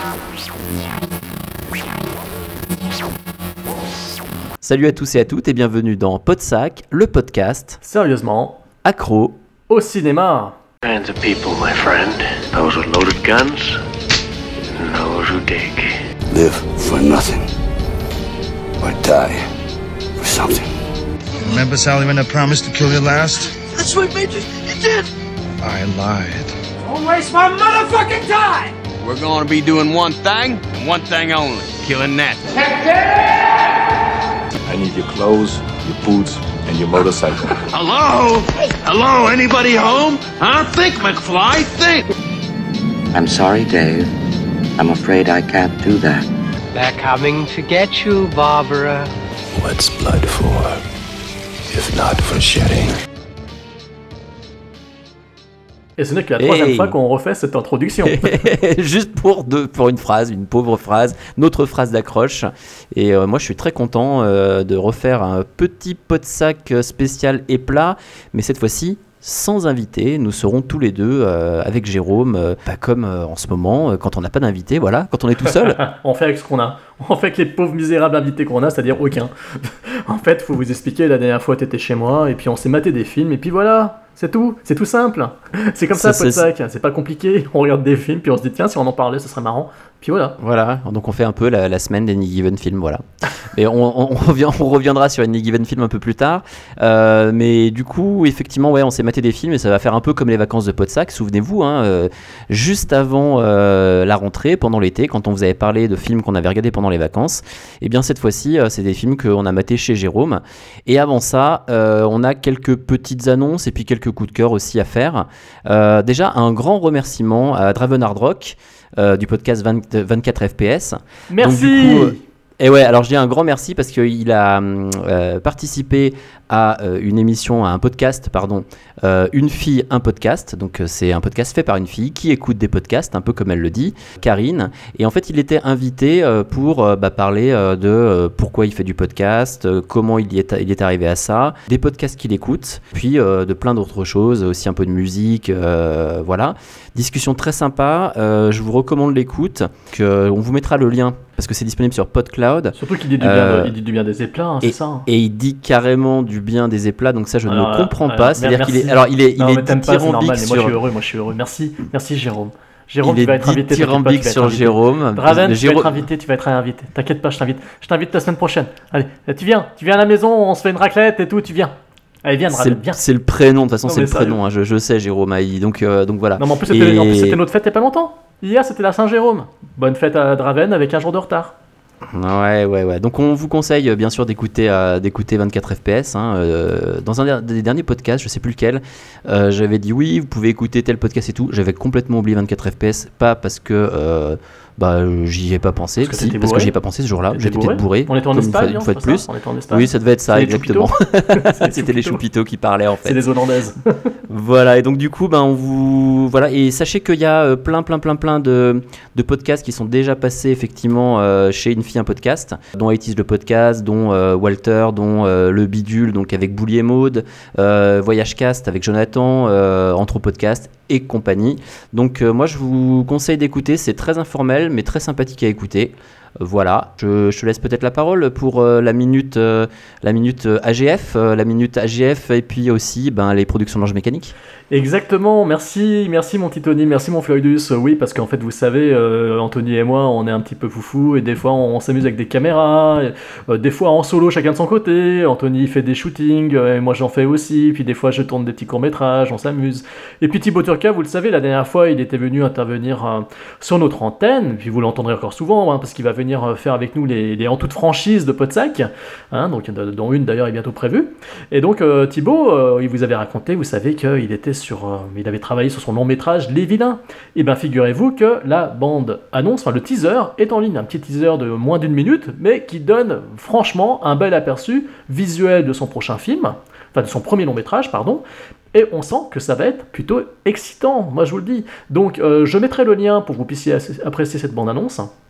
Salut à tous et à toutes et bienvenue dans Podsac, le podcast Sérieusement, accro au cinéma. Kinds of people, my friend. Those with loaded guns, and those who dig. Live for nothing, or die for something. Remember, Sally, when I promised to kill you last? That's right, Major. You did. I lied. Don't waste my motherfucking time! We're gonna be doing one thing, and one thing only, killing that. I need your clothes, your boots, and your motorcycle. Hello? Hello, anybody home? Huh? Think, McFly, think! I'm sorry, Dave. I'm afraid I can't do that. They're coming to get you, Barbara. What's blood for, if not for shedding? Et ce n'est que la troisième fois qu'on refait cette introduction. Juste pour une phrase, une pauvre phrase, notre phrase d'accroche. Et moi je suis très content de refaire un petit Podsac spécial et plat, mais cette fois-ci sans invité. Nous serons tous les deux avec Jérôme, pas comme en ce moment quand on n'a pas d'invité, voilà, quand on est tout seul. On fait avec ce qu'on a. On fait avec les pauvres misérables invités qu'on a, c'est-à-dire aucun. En fait, faut vous expliquer, la dernière fois t'étais chez moi et puis on s'est maté des films et puis voilà. C'est tout simple. C'est comme ça, Podsac, c'est pas compliqué. On regarde des films, puis on se dit, tiens, si on en parlait, ce serait marrant. Puis voilà. Voilà, donc on fait un peu la semaine d'Any Given Film, voilà. Et on reviendra sur Any Given Film un peu plus tard. Mais du coup, effectivement, ouais, on s'est maté des films et ça va faire un peu comme les vacances de Podsac. Souvenez-vous, juste avant la rentrée, pendant l'été, quand on vous avait parlé de films qu'on avait regardés pendant les vacances, et bien cette fois-ci, c'est des films qu'on a matés chez Jérôme. Et avant ça, on a quelques petites annonces et puis quelques coups de cœur aussi à faire. Déjà, un grand remerciement à Draven Hard Rock du podcast 24 FPS. Merci. Donc, du coup, et ouais, alors je dis un grand merci parce qu'il a participé à une émission, à un podcast, Une fille, un podcast. Donc c'est un podcast fait par une fille qui écoute des podcasts, un peu comme elle le dit, Karine. Et en fait, il était invité pour parler de pourquoi il fait du podcast, comment il est arrivé à ça, des podcasts qu'il écoute, puis de plein d'autres choses, aussi un peu de musique, voilà. Discussion très sympa, je vous recommande l'écoute, on vous mettra le lien parce que c'est disponible sur PodCloud. Surtout qu'il dit du bien des éplats, c'est ça. Et il dit carrément du bien des éplats, donc ça je ne comprends pas. C'est-à-dire merci. qu'il est dithyrambique sur... Moi je suis heureux. Merci Jérôme. Jérôme, tu vas être invité. Dithyrambique sur Jérôme. Draven, tu vas être invité. T'inquiète pas, je t'invite la semaine prochaine. Allez, tu viens à la maison, on se fait une raclette et tout, tu viens. Allez, viens. C'est le prénom, de toute façon, c'est le prénom. Je sais, Jérôme. Donc voilà. Non, mais en plus, c'était notre fête il n'y a pas longtemps. Hier, c'était la Saint-Jérôme. Bonne fête à Draven avec un jour de retard. Ouais. Donc on vous conseille bien sûr d'écouter 24 FPS. Dans un des derniers podcasts, je sais plus lequel, j'avais dit oui, vous pouvez écouter tel podcast et tout. J'avais complètement oublié 24 FPS, pas parce que j'y ai pas pensé, parce que j'y ai pas pensé ce jour-là. J'étais peut-être bourré. On était en Espagne, une fois de plus. On était en Espagne. Oui, ça devait être ça, exactement. C'était les Choupiteaux qui parlaient en fait. C'est les Hollandaises. Voilà, et donc du coup, on vous voilà, et sachez qu'il y a plein de podcasts qui sont déjà passés effectivement chez Une fille un podcast, dont It is le podcast, dont Walter, dont le Bidule, donc avec Bouli et Maud, Voyagecast avec Jonathan, Anthropodcast et compagnie. Donc moi je vous conseille d'écouter, c'est très informel mais très sympathique à écouter. Voilà, je te laisse peut-être la parole pour la minute AGF, et puis aussi les productions d'Ange Mécanique. Exactement, merci mon petit Tony, merci mon Floydus. Oui, parce qu'en fait, vous savez, Anthony et moi, on est un petit peu foufou et des fois, on s'amuse avec des caméras, des fois en solo, chacun de son côté. Anthony fait des shootings, et moi j'en fais aussi, puis des fois, je tourne des petits courts-métrages, on s'amuse. Et puis Thibaut Turca, vous le savez, la dernière fois, il était venu intervenir sur notre antenne, puis vous l'entendrez encore souvent, parce qu'il va venir faire avec nous les en toute franchise de Podsac, donc, dont une d'ailleurs est bientôt prévue. Et donc, Thibaut, il vous avait raconté, vous savez qu'il était il avait travaillé sur son long métrage Les Vilains. Et bien figurez-vous que la bande annonce, le teaser est en ligne, un petit teaser de moins d'1 minute, mais qui donne franchement un bel aperçu visuel de son prochain film, de son premier long métrage, pardon. Et on sent que ça va être plutôt excitant, moi je vous le dis. Donc je mettrai le lien pour que vous puissiez apprécier cette bande annonce.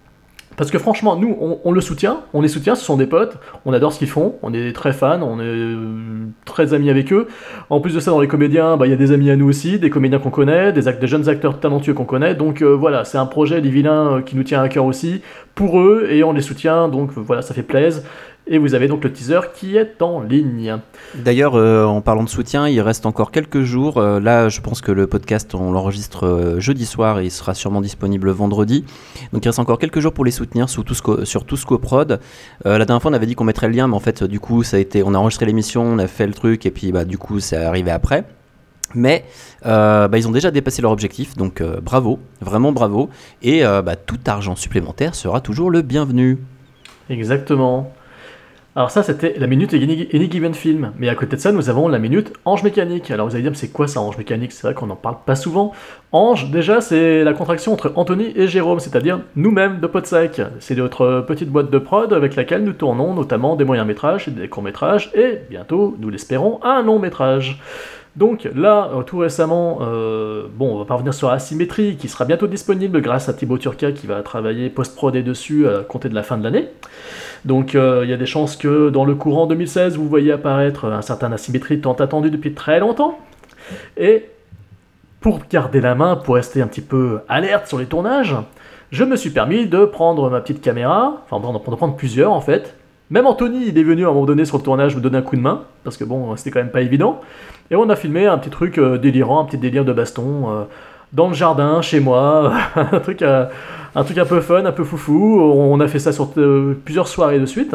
Parce que franchement, nous, on le soutient, on les soutient, ce sont des potes, on adore ce qu'ils font, on est très fans, on est très amis avec eux. En plus de ça, dans les comédiens, il y a des amis à nous aussi, des comédiens qu'on connaît, des jeunes acteurs talentueux qu'on connaît. Donc voilà, c'est un projet, Les Vilains, qui nous tient à cœur aussi, pour eux, et on les soutient, donc voilà, ça fait plaisir. Et vous avez donc le teaser qui est en ligne. D'ailleurs, en parlant de soutien, il reste encore quelques jours. Là, je pense que le podcast, on l'enregistre jeudi soir et il sera sûrement disponible vendredi. Donc il reste encore quelques jours pour les soutenir sur Tousco Prod. La dernière fois, on avait dit qu'on mettrait le lien, mais en fait, du coup, on a enregistré l'émission, on a fait le truc et puis du coup, c'est arrivé après. Mais ils ont déjà dépassé leur objectif, donc bravo, vraiment bravo. Et tout argent supplémentaire sera toujours le bienvenu. Exactement. Alors ça, c'était la minute Any Given Film. Mais à côté de ça, nous avons la minute Ange Mécanique. Alors vous allez dire, mais c'est quoi ça, Ange Mécanique? C'est vrai qu'on n'en parle pas souvent. Ange, déjà, c'est la contraction entre Anthony et Jérôme, c'est-à-dire nous-mêmes de Podsac. C'est notre petite boîte de prod avec laquelle nous tournons notamment des moyens-métrages, des courts-métrages et bientôt, nous l'espérons, un long-métrage. Donc là, tout récemment, on va parvenir sur Asymétrie, qui sera bientôt disponible grâce à Thibaut Turca qui va travailler post-prodé dessus à compter de la fin de l'année. Donc il y a des chances que dans le courant 2016, vous voyez apparaître un certain Asymétrie tant attendu depuis très longtemps. Et pour garder la main, pour rester un petit peu alerte sur les tournages, je me suis permis de prendre ma petite caméra, de prendre plusieurs en fait. Même Anthony, il est venu à un moment donné sur le tournage me donner un coup de main, parce que c'était quand même pas évident. Et on a filmé un petit truc délirant, un petit délire de baston, dans le jardin, chez moi, un truc un peu fun, un peu foufou. On a fait ça sur plusieurs soirées de suite.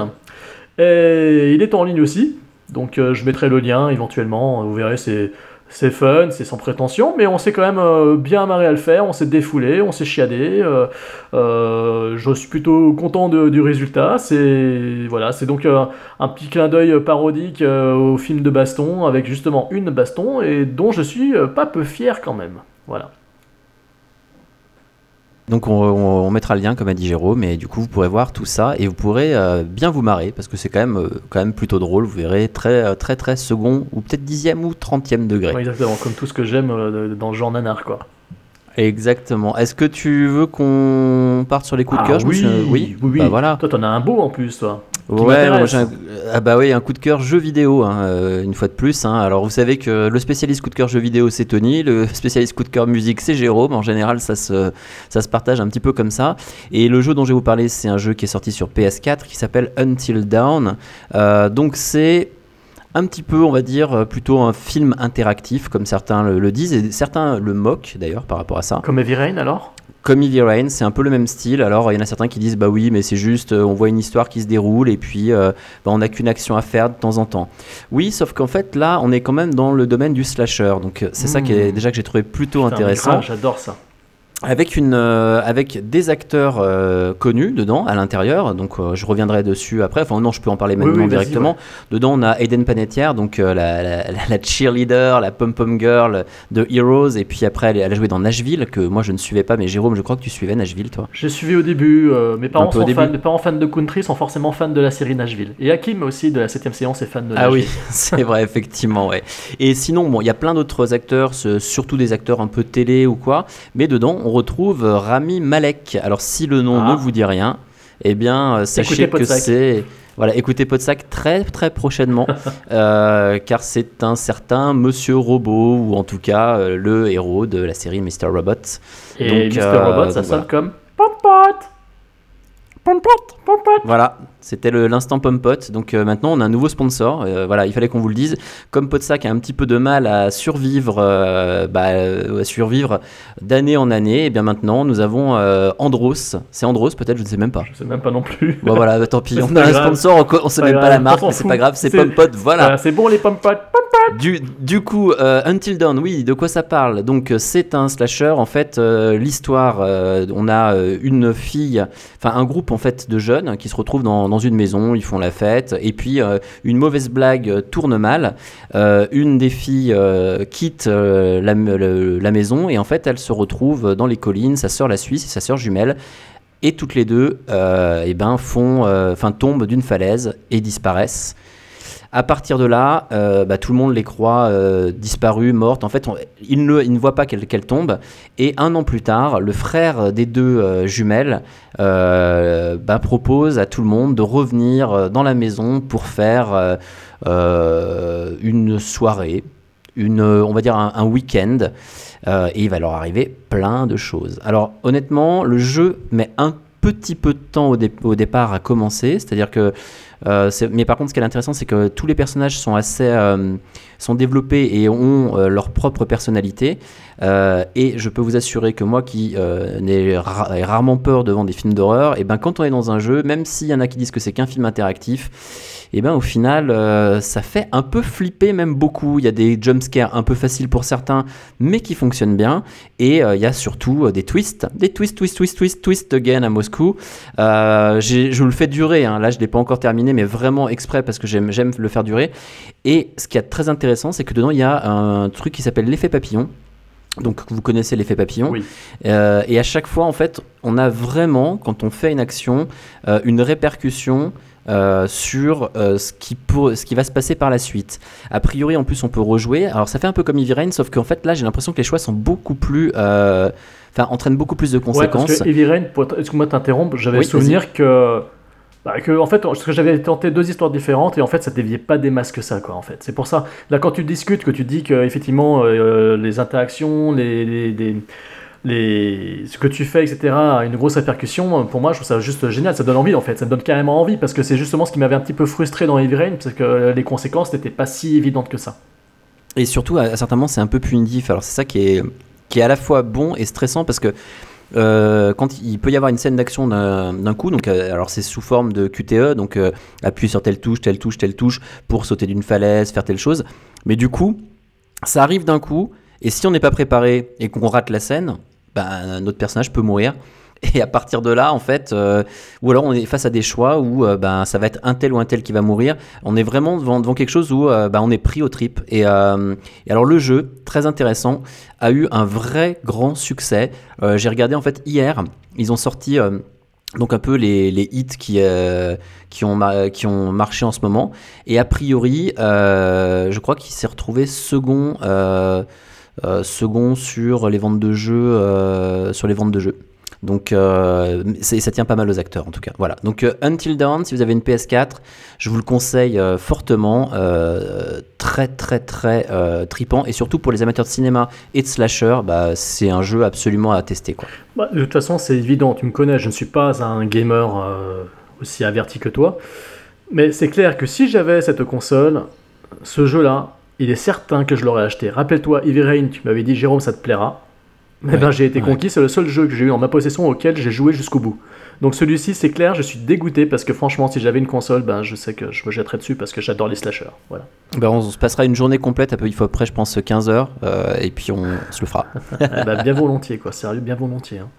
Et il est en ligne aussi, donc je mettrai le lien éventuellement, vous verrez, c'est fun, c'est sans prétention, mais on s'est quand même bien marré à le faire, on s'est défoulé, on s'est chiadé, je suis plutôt content du résultat. C'est donc un petit clin d'œil parodique au film de baston, avec justement une baston, et dont je suis pas peu fier quand même, voilà. Donc on mettra le lien comme a dit Jérôme, et du coup vous pourrez voir tout ça et vous pourrez bien vous marrer parce que c'est quand même plutôt drôle, vous verrez très très très second ou peut-être 10e ou 30e degré. Ouais, exactement, comme tout ce que j'aime dans le genre nanar quoi. Exactement. Est-ce que tu veux qu'on parte sur les coups de cœur? Oui. Voilà. Toi t'en as un beau en plus toi. Ouais, moi, un coup de cœur jeu vidéo, une fois de plus. Alors vous savez que le spécialiste coup de cœur jeu vidéo c'est Tony, le spécialiste coup de cœur musique c'est Jérôme. En général ça se partage un petit peu comme ça. Et le jeu dont je vais vous parler c'est un jeu qui est sorti sur PS4 qui s'appelle Until Dawn. Donc c'est un petit peu, on va dire, plutôt un film interactif comme certains le disent et certains le moquent d'ailleurs par rapport à ça. Comme Heavy Rain alors ? Comme Heavy Rain, c'est un peu le même style. Alors, il y en a certains qui disent, bah oui, mais c'est juste, on voit une histoire qui se déroule et puis on n'a qu'une action à faire de temps en temps. Oui, sauf qu'en fait, là, on est quand même dans le domaine du slasher. Donc, c'est ça que j'ai trouvé plutôt intéressant. J'adore ça. Avec des acteurs connus dedans, à l'intérieur, donc je reviendrai dessus après, enfin non, je peux en parler maintenant directement. Ouais. Dedans, on a Hayden Panettiere, donc la cheerleader, la pom-pom girl de Heroes, et puis après, elle a joué dans Nashville, que moi je ne suivais pas, mais Jérôme, je crois que tu suivais Nashville, toi. J'ai suivi au début, mes parents fans de country sont forcément fans de la série Nashville. Et Hakim aussi, de la 7ème séance, est fan de Nashville. Ah oui, c'est vrai, effectivement, ouais. Et sinon, il y a plein d'autres acteurs, surtout des acteurs un peu télé ou quoi, mais dedans, on retrouve Rami Malek. Alors si le nom ne vous dit rien, eh bien sachez que c'est... Voilà, écoutez Podsac très très prochainement, car c'est un certain Monsieur Robot, ou en tout cas le héros de la série Mr. Robot. Et donc, Mr. Robot, ça sonne comme Pompot. Voilà, c'était l'instant Pompot. Donc maintenant on a un nouveau sponsor. Voilà, il fallait qu'on vous le dise. Comme Podsac a un petit peu de mal à survivre, d'année en année, et bien maintenant nous avons Andros. C'est Andros peut-être, je ne sais même pas. Je sais même pas non plus. Bon, voilà, tant pis. On a un sponsor, on sait même pas la marque, mais c'est pas grave. C'est Pompot. Voilà. C'est bon les Pompot. Du coup, Until Dawn, oui, de quoi ça parle? Donc c'est un slasher. En fait, l'histoire, on a une fille, enfin un groupe en fait de jeunes qui se retrouvent dans une maison, ils font la fête et puis une mauvaise blague tourne mal, une des filles quitte la maison et en fait elle se retrouve dans les collines, sa sœur la suit, c'est sa sœur jumelle et toutes les deux tombent d'une falaise et disparaissent. À partir de là, tout le monde les croit disparues, mortes. En fait, ils ne voient pas qu'elles tombent. Et 1 an plus tard, le frère des 2 jumelles propose à tout le monde de revenir dans la maison pour faire une soirée, on va dire un week-end. Et il va leur arriver plein de choses. Alors honnêtement, le jeu met un petit peu de temps au départ à commencer, c'est-à-dire que mais par contre ce qui est intéressant, c'est que tous les personnages sont assez sont développés et ont leur propre personnalité, et je peux vous assurer que moi qui n'ai rarement peur devant des films d'horreur, et quand on est dans un jeu, même s'il y en a qui disent que c'est qu'un film interactif, et au final ça fait un peu flipper, même beaucoup. Il y a des jumpscares un peu faciles pour certains mais qui fonctionnent bien, et il y a surtout des twists again à Moscou. Je le fais durer, hein. Là je l'ai pas encore terminé, mais vraiment exprès parce que j'aime le faire durer. Et ce qui est très intéressant, c'est que dedans il y a un truc qui s'appelle l'effet papillon. Donc vous connaissez l'effet papillon, oui. Et à chaque fois en fait on a vraiment, quand on fait une action, une répercussion sur ce qui va se passer par la suite. A priori en plus on peut rejouer, alors ça fait un peu comme Heavy Rain, sauf qu'en fait là j'ai l'impression que les choix sont beaucoup plus entraînent beaucoup plus de conséquences. Ouais, parce que Heavy Rain, excuse-moi de t'interrompre, j'avais le souvenir que en fait, parce que j'avais tenté 2 histoires différentes et en fait ça déviait pas des masses que ça, quoi, en fait. C'est pour ça, là quand tu discutes, que tu dis que effectivement les interactions, ce que tu fais, etc., a une grosse répercussion, pour moi je trouve ça juste génial, ça donne envie en fait, ça me donne carrément envie, parce que c'est justement ce qui m'avait un petit peu frustré dans Heavy Rain, parce que les conséquences n'étaient pas si évidentes que ça. Et surtout, à certains moments, c'est un peu punitif, alors c'est ça qui est à la fois bon et stressant, parce que quand il peut y avoir une scène d'action d'un coup, donc alors c'est sous forme de QTE, donc appuyer sur telle touche pour sauter d'une falaise, faire telle chose, mais du coup ça arrive d'un coup, et si on n'est pas préparé et qu'on rate la scène, notre personnage peut mourir. Et à partir de là, en fait, ou alors on est face à des choix où ça va être un tel ou un tel qui va mourir. On est vraiment devant quelque chose où on est pris aux tripes. Et alors le jeu, très intéressant, a eu un vrai grand succès. J'ai regardé en fait hier, ils ont sorti donc un peu les hits qui ont marché en ce moment. Et a priori, je crois qu'il s'est retrouvé second sur les ventes de jeux. Donc ça tient pas mal aux acteurs en tout cas. Voilà. Donc Until Dawn, si vous avez une PS4, je vous le conseille fortement, très très très tripant, et surtout pour les amateurs de cinéma et de slasher, c'est un jeu absolument à tester, quoi. De toute façon c'est évident, tu me connais, je ne suis pas un gamer aussi averti que toi, mais c'est clair que si j'avais cette console, ce jeu-là, il est certain que je l'aurais acheté. Rappelle-toi, Heavy Rain, tu m'avais dit Jérôme, ça te plaira. J'ai été conquis, c'est le seul jeu que j'ai eu en ma possession auquel j'ai joué jusqu'au bout. Donc celui-ci, c'est clair, je suis dégoûté parce que franchement, si j'avais une console, je sais que je me jetterais dessus parce que j'adore les slashers. Voilà. On se passera une journée complète, il faut après, je pense, 15 heures, et puis on se le fera. Bien volontiers, quoi, sérieux, bien volontiers. Hein.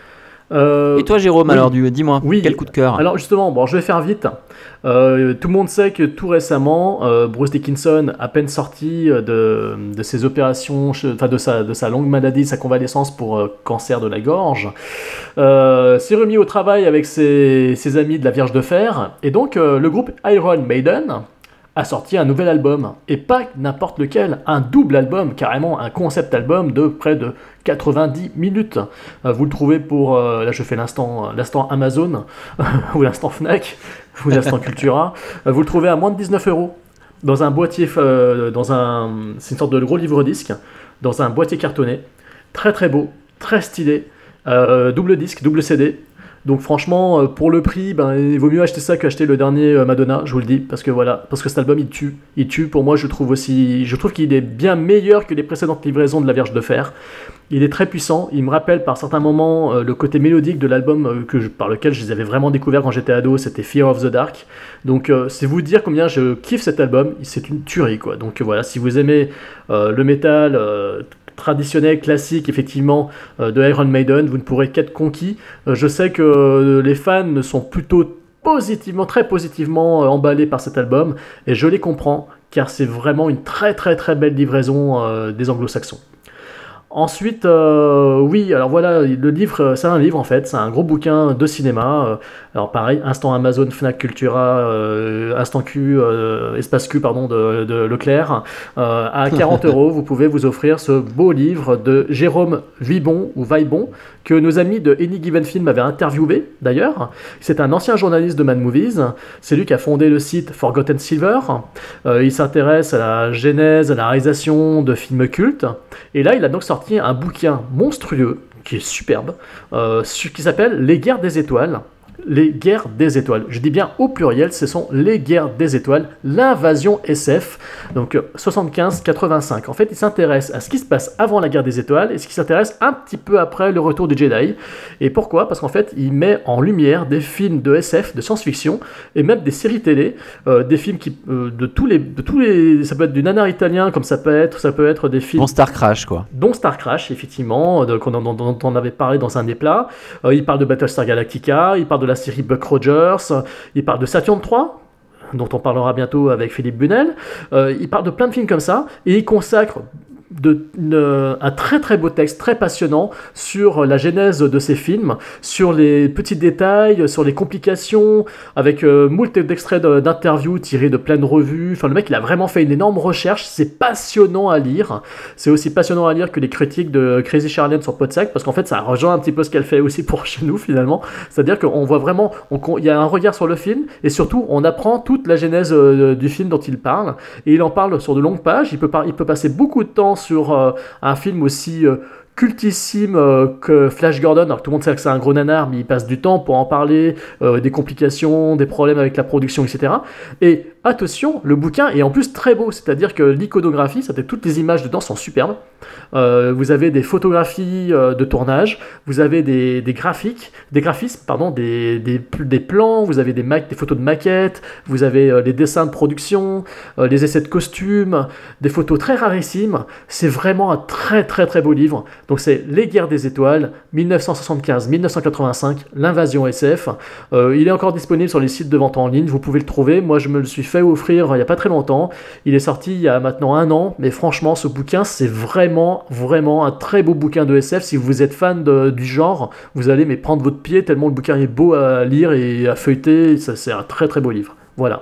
Et toi Jérôme, oui. Alors dis-moi, quel coup de cœur? Alors justement, je vais faire vite. Tout le monde sait que tout récemment, Bruce Dickinson, à peine sorti de ses opérations, de sa longue maladie, sa convalescence pour cancer de la gorge, s'est remis au travail avec ses amis de la Vierge de Fer, et donc le groupe Iron Maiden a sorti un nouvel album, et pas n'importe lequel, un double album, carrément un concept album de près de 90 minutes. Vous le trouvez pour, là je fais l'instant Amazon, ou l'instant Fnac, ou l'instant Cultura, vous le trouvez à moins de 19€, dans un boîtier, c'est une sorte de gros livre-disque, dans un boîtier cartonné, très très beau, très stylé, double disque, double CD. Donc franchement, pour le prix, il vaut mieux acheter ça qu'acheter le dernier Madonna, je vous le dis, parce que cet album il tue. Pour moi, je trouve qu'il est bien meilleur que les précédentes livraisons de la Vierge de Fer. Il est très puissant, il me rappelle par certains moments le côté mélodique de l'album par lequel je les avais vraiment découverts quand j'étais ado, c'était Fear of the Dark. Donc c'est vous dire combien je kiffe cet album, c'est une tuerie, quoi. Donc voilà, si vous aimez le métal traditionnel, classique, effectivement, de Iron Maiden, vous ne pourrez qu'être conquis. Je sais que les fans sont plutôt très positivement emballés par cet album, et je les comprends, car c'est vraiment une très très très belle livraison des anglo-saxons. Ensuite, oui, alors voilà, le livre, c'est un livre en fait, c'est un gros bouquin de cinéma. Alors pareil, Instant Amazon, Fnac, Cultura, Instant Q, Espace Q, pardon, de Leclerc. À 40 €, vous pouvez vous offrir ce beau livre de Jérôme Vibon, ou Vaibon, que nos amis de Any Given Film avaient interviewé d'ailleurs. C'est un ancien journaliste de Mad Movies, c'est lui qui a fondé le site Forgotten Silver. Il s'intéresse à la genèse, à la réalisation de films cultes. Et là, il a donc sorti un bouquin monstrueux, qui est superbe, qui s'appelle Les Guerres des Étoiles. Les Guerres des Étoiles. Je dis bien au pluriel, ce sont les Guerres des Étoiles, l'invasion SF, donc 75-85. En fait, il s'intéresse à ce qui se passe avant la Guerre des Étoiles et ce qui s'intéresse un petit peu après le retour des Jedi. Et pourquoi ? Parce qu'en fait, il met en lumière des films de SF, de science-fiction, et même des séries télé, des films qui, de tous les, ça peut être du nanar italien, comme ça peut être des films... Dont Star Crash, quoi. Dont Star Crash, effectivement, dont on avait parlé dans un des plats. Il parle de Battlestar Galactica, il parle de la série Buck Rogers, il parle de Saturn 3, dont on parlera bientôt avec Philippe Bunel, il parle de plein de films comme ça, et il consacre un très très beau texte, très passionnant sur la genèse de ces films, sur les petits détails, sur les complications, avec moult d'extraits d'interviews tirés de pleines revues. Enfin, le mec, il a vraiment fait une énorme recherche, c'est passionnant à lire. C'est aussi passionnant à lire que les critiques de Crazy Charlene sur Podsac, parce qu'en fait, ça rejoint un petit peu ce qu'elle fait aussi pour chez nous, finalement. C'est-à-dire qu'on voit vraiment, il y a un regard sur le film, et surtout, on apprend toute la genèse du film dont il parle, et il en parle sur de longues pages. Il peut passer beaucoup de temps sur un film aussi cultissime que Flash Gordon. Alors tout le monde sait que c'est un gros nanar, mais il passe du temps pour en parler, des complications, des problèmes avec la production, etc. Et attention, le bouquin est en plus très beau, c'est-à-dire que l'iconographie, c'est-à-dire toutes les images dedans sont superbes. Vous avez des photographies de tournage, vous avez des graphismes, pardon, des plans, vous avez des photos de maquettes, vous avez les dessins de production, les essais de costumes, des photos très rarissimes. C'est vraiment un très très très beau livre. Donc c'est Les Guerres des Étoiles, 1975-1985, l'invasion SF. Il est encore disponible sur les sites de vente en ligne, vous pouvez le trouver. Moi je me le suis fait offrir il n'y a pas très longtemps. Il est sorti il y a maintenant 1 an, mais franchement ce bouquin c'est vraiment un très beau bouquin de SF. Si vous êtes fan du genre, vous allez prendre votre pied tellement le bouquin est beau à lire et à feuilleter. C'est un très très beau livre. Voilà.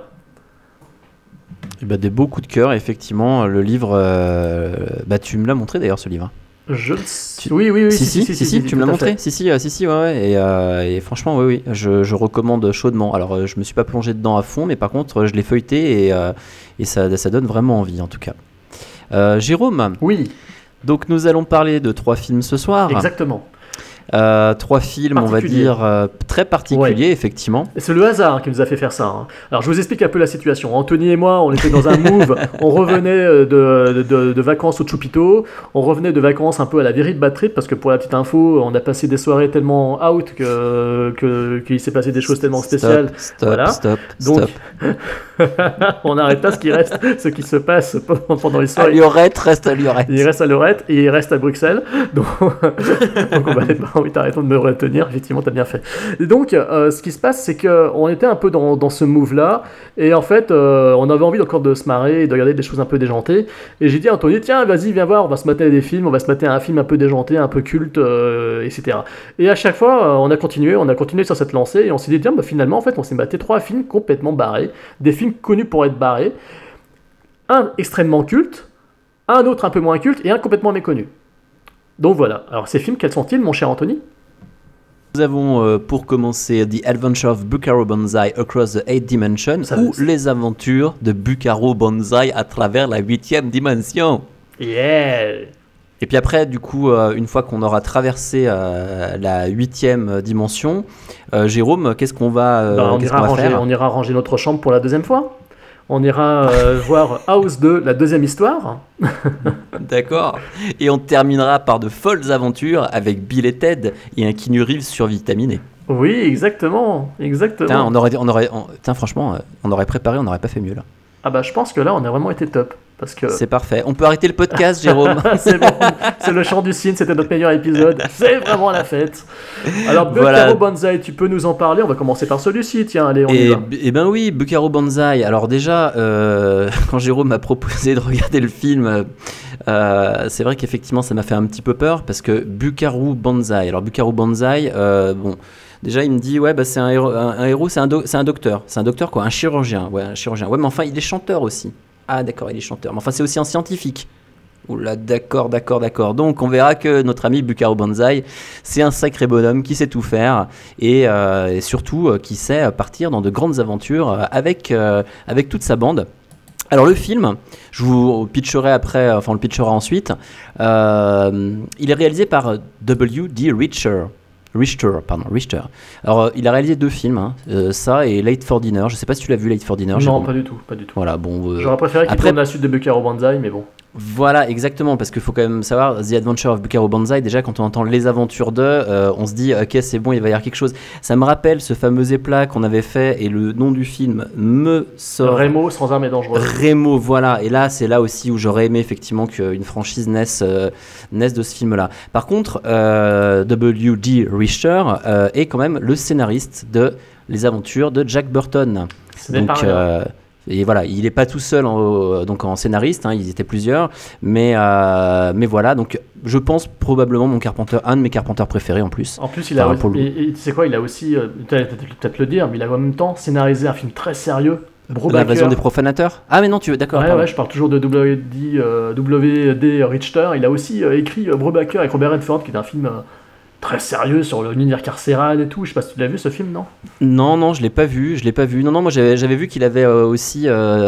Et des beaux coups de cœur, effectivement. Le livre, tu me l'as montré d'ailleurs ce livre. Oui, si, tu me l'as montré. Si, ouais. Et franchement, oui, je recommande chaudement. Alors, je me suis pas plongé dedans à fond, mais par contre, je l'ai feuilleté et ça donne vraiment envie, en tout cas. Jérôme. Oui. Donc, nous allons parler de 3 films ce soir. Exactement. 3 films, on va dire, très particuliers, effectivement. Et c'est le hasard qui nous a fait faire ça. Hein. Alors, je vous explique un peu la situation. Anthony et moi, on était dans un move. On revenait de vacances au Chupito. On revenait de vacances un peu à la Very Bad Trip, parce que pour la petite info, on a passé des soirées tellement out qu'il s'est passé des choses tellement spéciales. Stop. On arrête là ce qui se passe pendant les soirées. Lorette reste à Lorette. Il reste à Lorette et il reste à Bruxelles. Donc on va oui, t'as raison de me retenir, effectivement, t'as bien fait. Et donc, ce qui se passe, c'est qu'on était un peu dans ce move-là, et en fait, on avait envie encore de se marrer et de regarder des choses un peu déjantées, et j'ai dit à Anthony, tiens, vas-y, viens voir, on va se mater des films, on va se mater un film un peu déjanté, un peu culte, etc. Et à chaque fois, on a continué sur cette lancée, et on s'est dit, tiens, finalement, en fait, on s'est maté 3 films complètement barrés, des films connus pour être barrés, un extrêmement culte, un autre un peu moins culte, et un complètement méconnu. Donc voilà. Alors ces films, quels sont-ils, mon cher Anthony ? Nous avons pour commencer The Adventure of Buckaroo Banzai Across the 8th Dimension, Les aventures de Buckaroo Banzai à travers la 8e dimension. Yeah. Et puis après, du coup, une fois qu'on aura traversé la 8e dimension, Jérôme, qu'est-ce qu'on va faire ? On ira ranger notre chambre pour la 2e fois. On ira voir House 2, la 2e histoire. D'accord. Et on terminera par de folles aventures avec Bill et Ted et un Keanu Reeves survitaminé. Oui, exactement. Franchement, on aurait préparé, on n'aurait pas fait mieux là. Ah bah je pense que là, on a vraiment été top. Parce que... C'est parfait. On peut arrêter le podcast, Jérôme. C'est bon, c'est le chant du cygne, c'était notre meilleur épisode. C'est vraiment la fête. Alors, Voilà. Bucaro Banzai, tu peux nous en parler? On va commencer par celui-ci, tiens, allez, on y va. Et ben oui, Bucaro Banzai. Alors déjà, quand Jérôme m'a proposé de regarder le film, c'est vrai qu'effectivement ça m'a fait un petit peu peur parce que Bucaro Banzai. Alors Bucaro Banzai, bon, déjà il me dit ouais bah c'est un héros, c'est un docteur quoi, un chirurgien. Ouais, mais enfin il est chanteur aussi. Ah d'accord, il est chanteur. Mais enfin c'est aussi un scientifique. Oula, d'accord. Donc on verra que notre ami Bucaro Banzai, c'est un sacré bonhomme qui sait tout faire et surtout qui sait partir dans de grandes aventures avec toute sa bande. Alors le film, je vous pitcherai après, enfin on le pitchera ensuite, il est réalisé par W.D. Richter. Alors il a réalisé 2 films, ça et Late for Dinner. Je sais pas si tu l'as vu Late for Dinner. Non, pas du tout. Voilà, bon. J'aurais préféré qu'il tourne la suite de Bucaro Banzai, mais bon. Voilà, exactement, parce qu'il faut quand même savoir, The Adventure of Bucaro Banzai, déjà quand on entend les aventures on se dit, ok c'est bon, il va y avoir quelque chose. Ça me rappelle ce fameux éplat qu'on avait fait, et le nom du film me sort... Remo, sans armes et dangereux. Remo, voilà, et là c'est là aussi où j'aurais aimé effectivement qu'une franchise naisse de ce film-là. Par contre, W.D. Richter est quand même le scénariste de Les Aventures de Jack Burton. Donc, et voilà, il n'est pas tout seul donc en scénariste, ils étaient plusieurs, mais voilà, donc je pense probablement un de mes Carpenter préférés en plus. En plus, il a tu sais quoi, il a aussi, peut-être le dire, mais il a en même temps scénarisé un film très sérieux, Brubaker. L'invasion des profanateurs. Ah mais non, tu veux, d'accord. Ouais, je parle toujours de W.D. Richter. Il a aussi écrit Brubaker avec Robert Redford, qui est un film... très sérieux sur l'univers carcéral et tout. Je sais pas si tu l'as vu ce film, non? Non, je l'ai pas vu. Non, moi j'avais vu qu'il avait aussi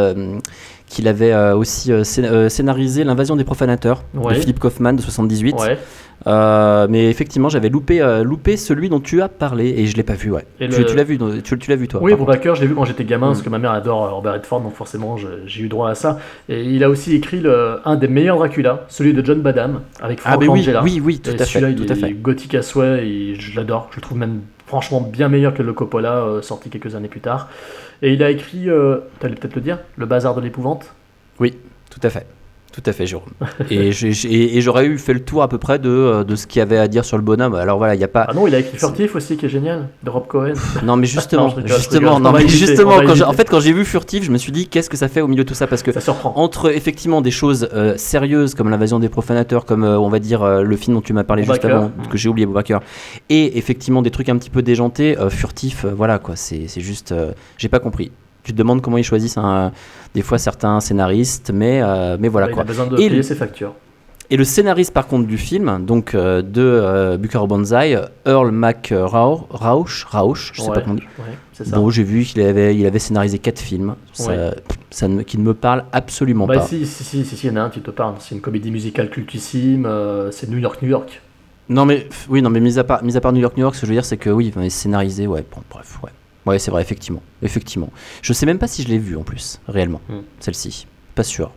scénarisé L'invasion des profanateurs de Philip Kaufman de 78. Ouais. Mais effectivement, j'avais loupé celui dont tu as parlé et je l'ai pas vu. Ouais. Tu l'as vu, tu l'as vu toi? Oui, Brubaker, je l'ai vu quand j'étais gamin parce que ma mère adore Robert Redford, donc forcément j'ai eu droit à ça. Et il a aussi écrit un des meilleurs Dracula, celui de John Badham avec Frank Langella. Oui, tout à fait. Celui-là, il est gothique à souhait et je l'adore. Je le trouve même franchement bien meilleur que le Coppola sorti quelques années plus tard. Et il a écrit, tu allais peut-être le dire, Le Bazar de l'épouvante. Oui, tout à fait. Tout à fait, Jérôme. Et j'aurais fait le tour à peu près de ce qu'il y avait à dire sur le bonhomme. Alors voilà, il y a pas. Ah non, il a écrit Furtif aussi, qui est génial, de Rob Cohen. Non, mais justement, quand j'ai vu Furtif, je me suis dit qu'est-ce que ça fait au milieu de tout ça, parce que ça surprend. Entre effectivement des choses sérieuses comme L'invasion des profanateurs, comme on va dire le film dont tu m'as parlé juste avant, que j'ai oublié, Brubaker, et effectivement des trucs un petit peu déjantés, Furtif, voilà quoi, c'est juste, j'ai pas compris. Tu te demandes comment ils choisissent des fois certains scénaristes, mais voilà quoi. Il a besoin de payer ses factures. Et le scénariste par contre du film, donc de Bucaro Banzai, Earl McRauch, je sais pas comment on dit. Ouais, c'est ça. Bon, j'ai vu qu'il avait scénarisé 4 films, qui ne me parle absolument pas. Si, il y en a un qui te parle. C'est une comédie musicale cultissime, c'est New York. Non mais mis à part New York, ce que je veux dire c'est que oui, il est scénarisé, ouais, bon, bref, ouais. Ouais, c'est vrai, effectivement. Je sais même pas si je l'ai vu en plus, réellement, celle-ci. Pas sûr.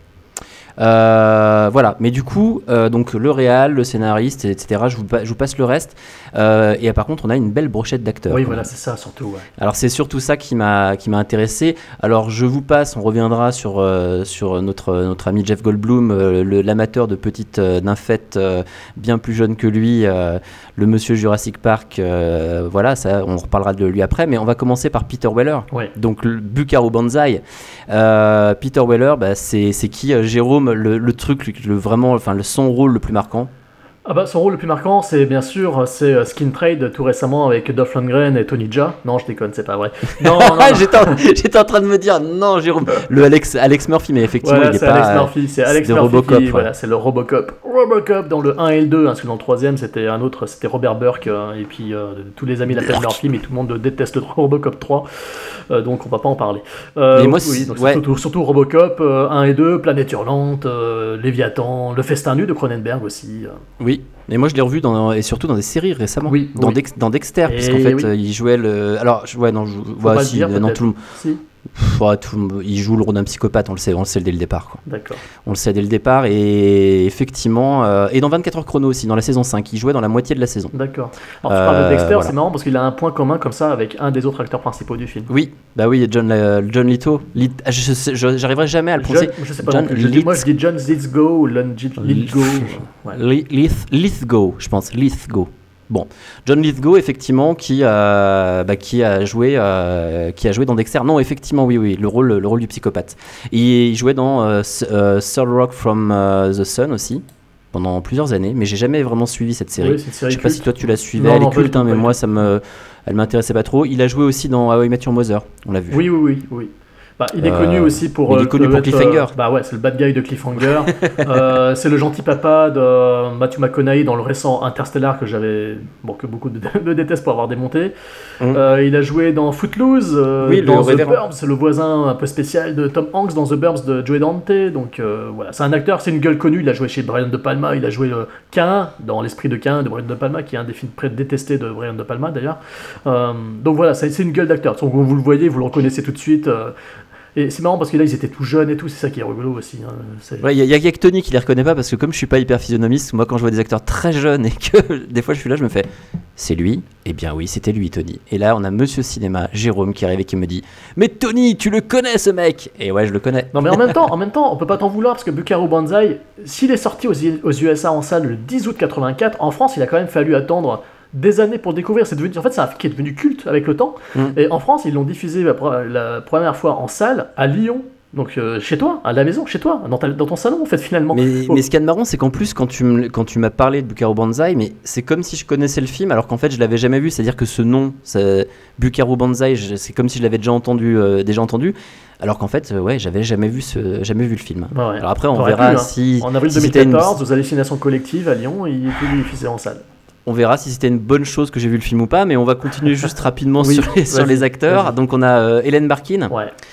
Voilà, mais du coup, donc le réal, le scénariste, etc. Je vous passe le reste. Et par contre, on a une belle brochette d'acteurs. Oui, voilà, c'est ça surtout. Ouais. Alors c'est surtout ça qui m'a intéressé. Alors je vous passe, on reviendra sur notre ami Jeff Goldblum, l'amateur de petites nymphètes bien plus jeunes que lui, le monsieur Jurassic Park. Voilà, ça, on reparlera de lui après. Mais on va commencer par Peter Weller. Ouais. Donc le Bucaro Banzai. Peter Weller, c'est qui, Jérôme, le truc, vraiment, enfin son rôle le plus marquant? Ah bah, son rôle le plus marquant, c'est bien sûr Skin Trade tout récemment avec Dolph Lundgren et Tony Jaa. Non, je déconne, c'est pas vrai. Non. J'étais en train de me dire non, Jérôme. Le Alex Murphy, mais effectivement, voilà, il est pas. C'est Alex Murphy Robocop, voilà, c'est le Robocop. Robocop dans le 1 et le 2, parce que dans le 3e c'était un autre, c'était Robert Burke, et puis tous les amis l'appellent Murphy, mais tout le monde déteste le Robocop 3, donc on va pas en parler. Moi, donc surtout Robocop 1 et 2, Planète Hurlante, Léviathan, Le Festin nu de Cronenberg aussi. Oui. Mais moi je l'ai revu et surtout dans des séries récemment. Oui. Dans Dexter, puisqu'en fait il jouait le. Alors, ouais, non, tout le monde. Si. Il joue le rôle d'un psychopathe, on le sait dès le départ, quoi. D'accord. On le sait dès le départ, et effectivement, et dans 24 heures chrono aussi, dans la saison 5, il jouait dans la moitié de la saison. D'accord. Alors tu parles de Dexter, voilà. c'est marrant parce qu'il a un point commun comme ça avec un des autres acteurs principaux du film. Oui, John Lithgow. J'arriverai jamais à le prononcer. Je sais pas non plus. Moi je dis John Lithgow ou Lithgow. Ouais. Lithgow, je pense. Lithgow. Bon, John Lithgow, effectivement, qui a joué dans Dexter. Non, effectivement, oui, le rôle du psychopathe. Et il jouait dans Third Rock from the Sun aussi, pendant plusieurs années, mais j'ai jamais vraiment suivi cette série. Oui, c'est une série je sais pas culte. si toi tu la suivais, Non, elle est culte, pas mais du moi tout. elle m'intéressait pas trop. Il a joué aussi dans How I Met Your Mother, on l'a vu. Oui. Bah, il est connu aussi pour. Il est connu pour Cliffhanger. Bah ouais, c'est le bad guy de Cliffhanger. C'est le gentil papa de Matthew McConaughey dans le récent Interstellar que beaucoup de détestent pour avoir démonté. Il a joué dans Footloose, dans The Burbs, c'est le voisin un peu spécial de Tom Hanks dans The Burbs de Joey Dante. Donc voilà, c'est un acteur, c'est une gueule connue. Il a joué chez Brian De Palma, il a joué Cain dans L'Esprit de Cain de Brian De Palma, qui est un des films très détestés de Brian De Palma d'ailleurs. Donc voilà, c'est une gueule d'acteur. Donc, vous le voyez, vous le reconnaissez tout de suite. Et c'est marrant parce que là ils étaient tout jeunes et tout, c'est ça qui est rigolo aussi. Il y a que Tony qui les reconnaît pas, parce que comme je suis pas hyper physionomiste, moi quand je vois des acteurs très jeunes et que des fois je suis là, je me fais c'est lui. Eh bien oui, c'était lui, Tony. Et là on a Monsieur Cinéma, Jérôme, qui arrive et qui me dit mais Tony, tu le connais ce mec. Et ouais, je le connais. Non mais en même temps, on peut pas t'en vouloir parce que Buckaroo Banzai, s'il est sorti aux USA en salle le 10 août 84, en France il a quand même fallu attendre des années pour découvrir. C'est un film qui est devenu culte avec le temps. Et en France, ils l'ont diffusé la première fois en salle à Lyon. Donc chez toi, à la maison, chez toi, dans ton salon en fait finalement. Mais ce qui est marrant, c'est qu'en plus quand tu m'as parlé de Buckaroo Banzai, mais c'est comme si je connaissais le film alors qu'en fait je l'avais jamais vu. C'est-à-dire que ce nom, Buckaroo Banzai, c'est comme si je l'avais déjà entendu. Alors qu'en fait, j'avais jamais vu le film. Bah ouais. Alors après, on verra si en avril 2014, aux hallucinations collectives à Lyon, il était diffusé en salle. On verra si c'était une bonne chose que j'ai vu le film ou pas, mais on va continuer juste rapidement sur les acteurs. Vas-y. Donc on a Ellen Barkin,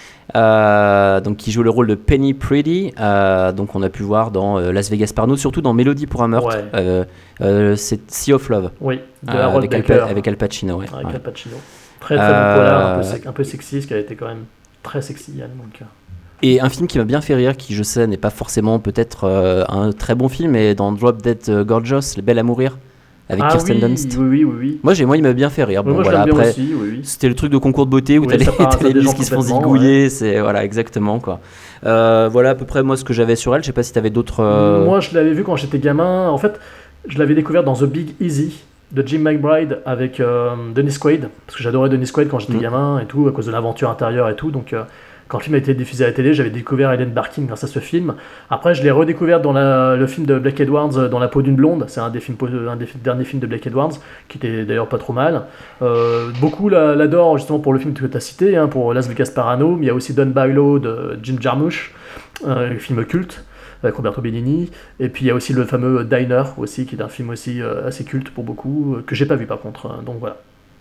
donc qui joue le rôle de Penny Pretty. Donc on a pu voir dans Las Vegas Parno, surtout dans Mélodie pour un meurtre. C'est Sea of Love. Oui, avec Al Pacino. Ouais. Avec Al Pacino. Très très bon polar, un peu sexy, ce qui a été quand même très sexy dans le cas. Et un film qui m'a bien fait rire, qui je sais n'est pas forcément peut-être un très bon film, mais dans Drop Dead Gorgeous, Les Belles à mourir. Avec Kirsten Dunst. Oui. Moi, il m'a bien fait rire. Bon, moi, voilà, je l'aime après, bien aussi, oui. C'était le truc de concours de beauté où t'as les miss qui se font zigouiller. C'est voilà, exactement quoi. Voilà à peu près moi ce que j'avais sur elle. Je sais pas si t'avais d'autres. Moi, je l'avais vu quand j'étais gamin. En fait, je l'avais découvert dans The Big Easy de Jim McBride avec Dennis Quaid, parce que j'adorais Dennis Quaid quand j'étais gamin et tout, à cause de l'aventure intérieure et tout. Donc quand le film a été diffusé à la télé, j'avais découvert Ellen Barkin grâce à ce film. Après, je l'ai redécouvert dans le film de Blake Edwards, Dans la peau d'une blonde. C'est un des derniers films de Blake Edwards, qui était d'ailleurs pas trop mal. Beaucoup l'adorent justement pour le film que tu as cité, pour Las Vegas Parano. Mais il y a aussi Don Bailo de Jim Jarmusch, film culte, avec Roberto Benigni. Et puis il y a aussi le fameux Diner, aussi, qui est un film aussi assez culte pour beaucoup, que j'ai pas vu par contre. Donc voilà.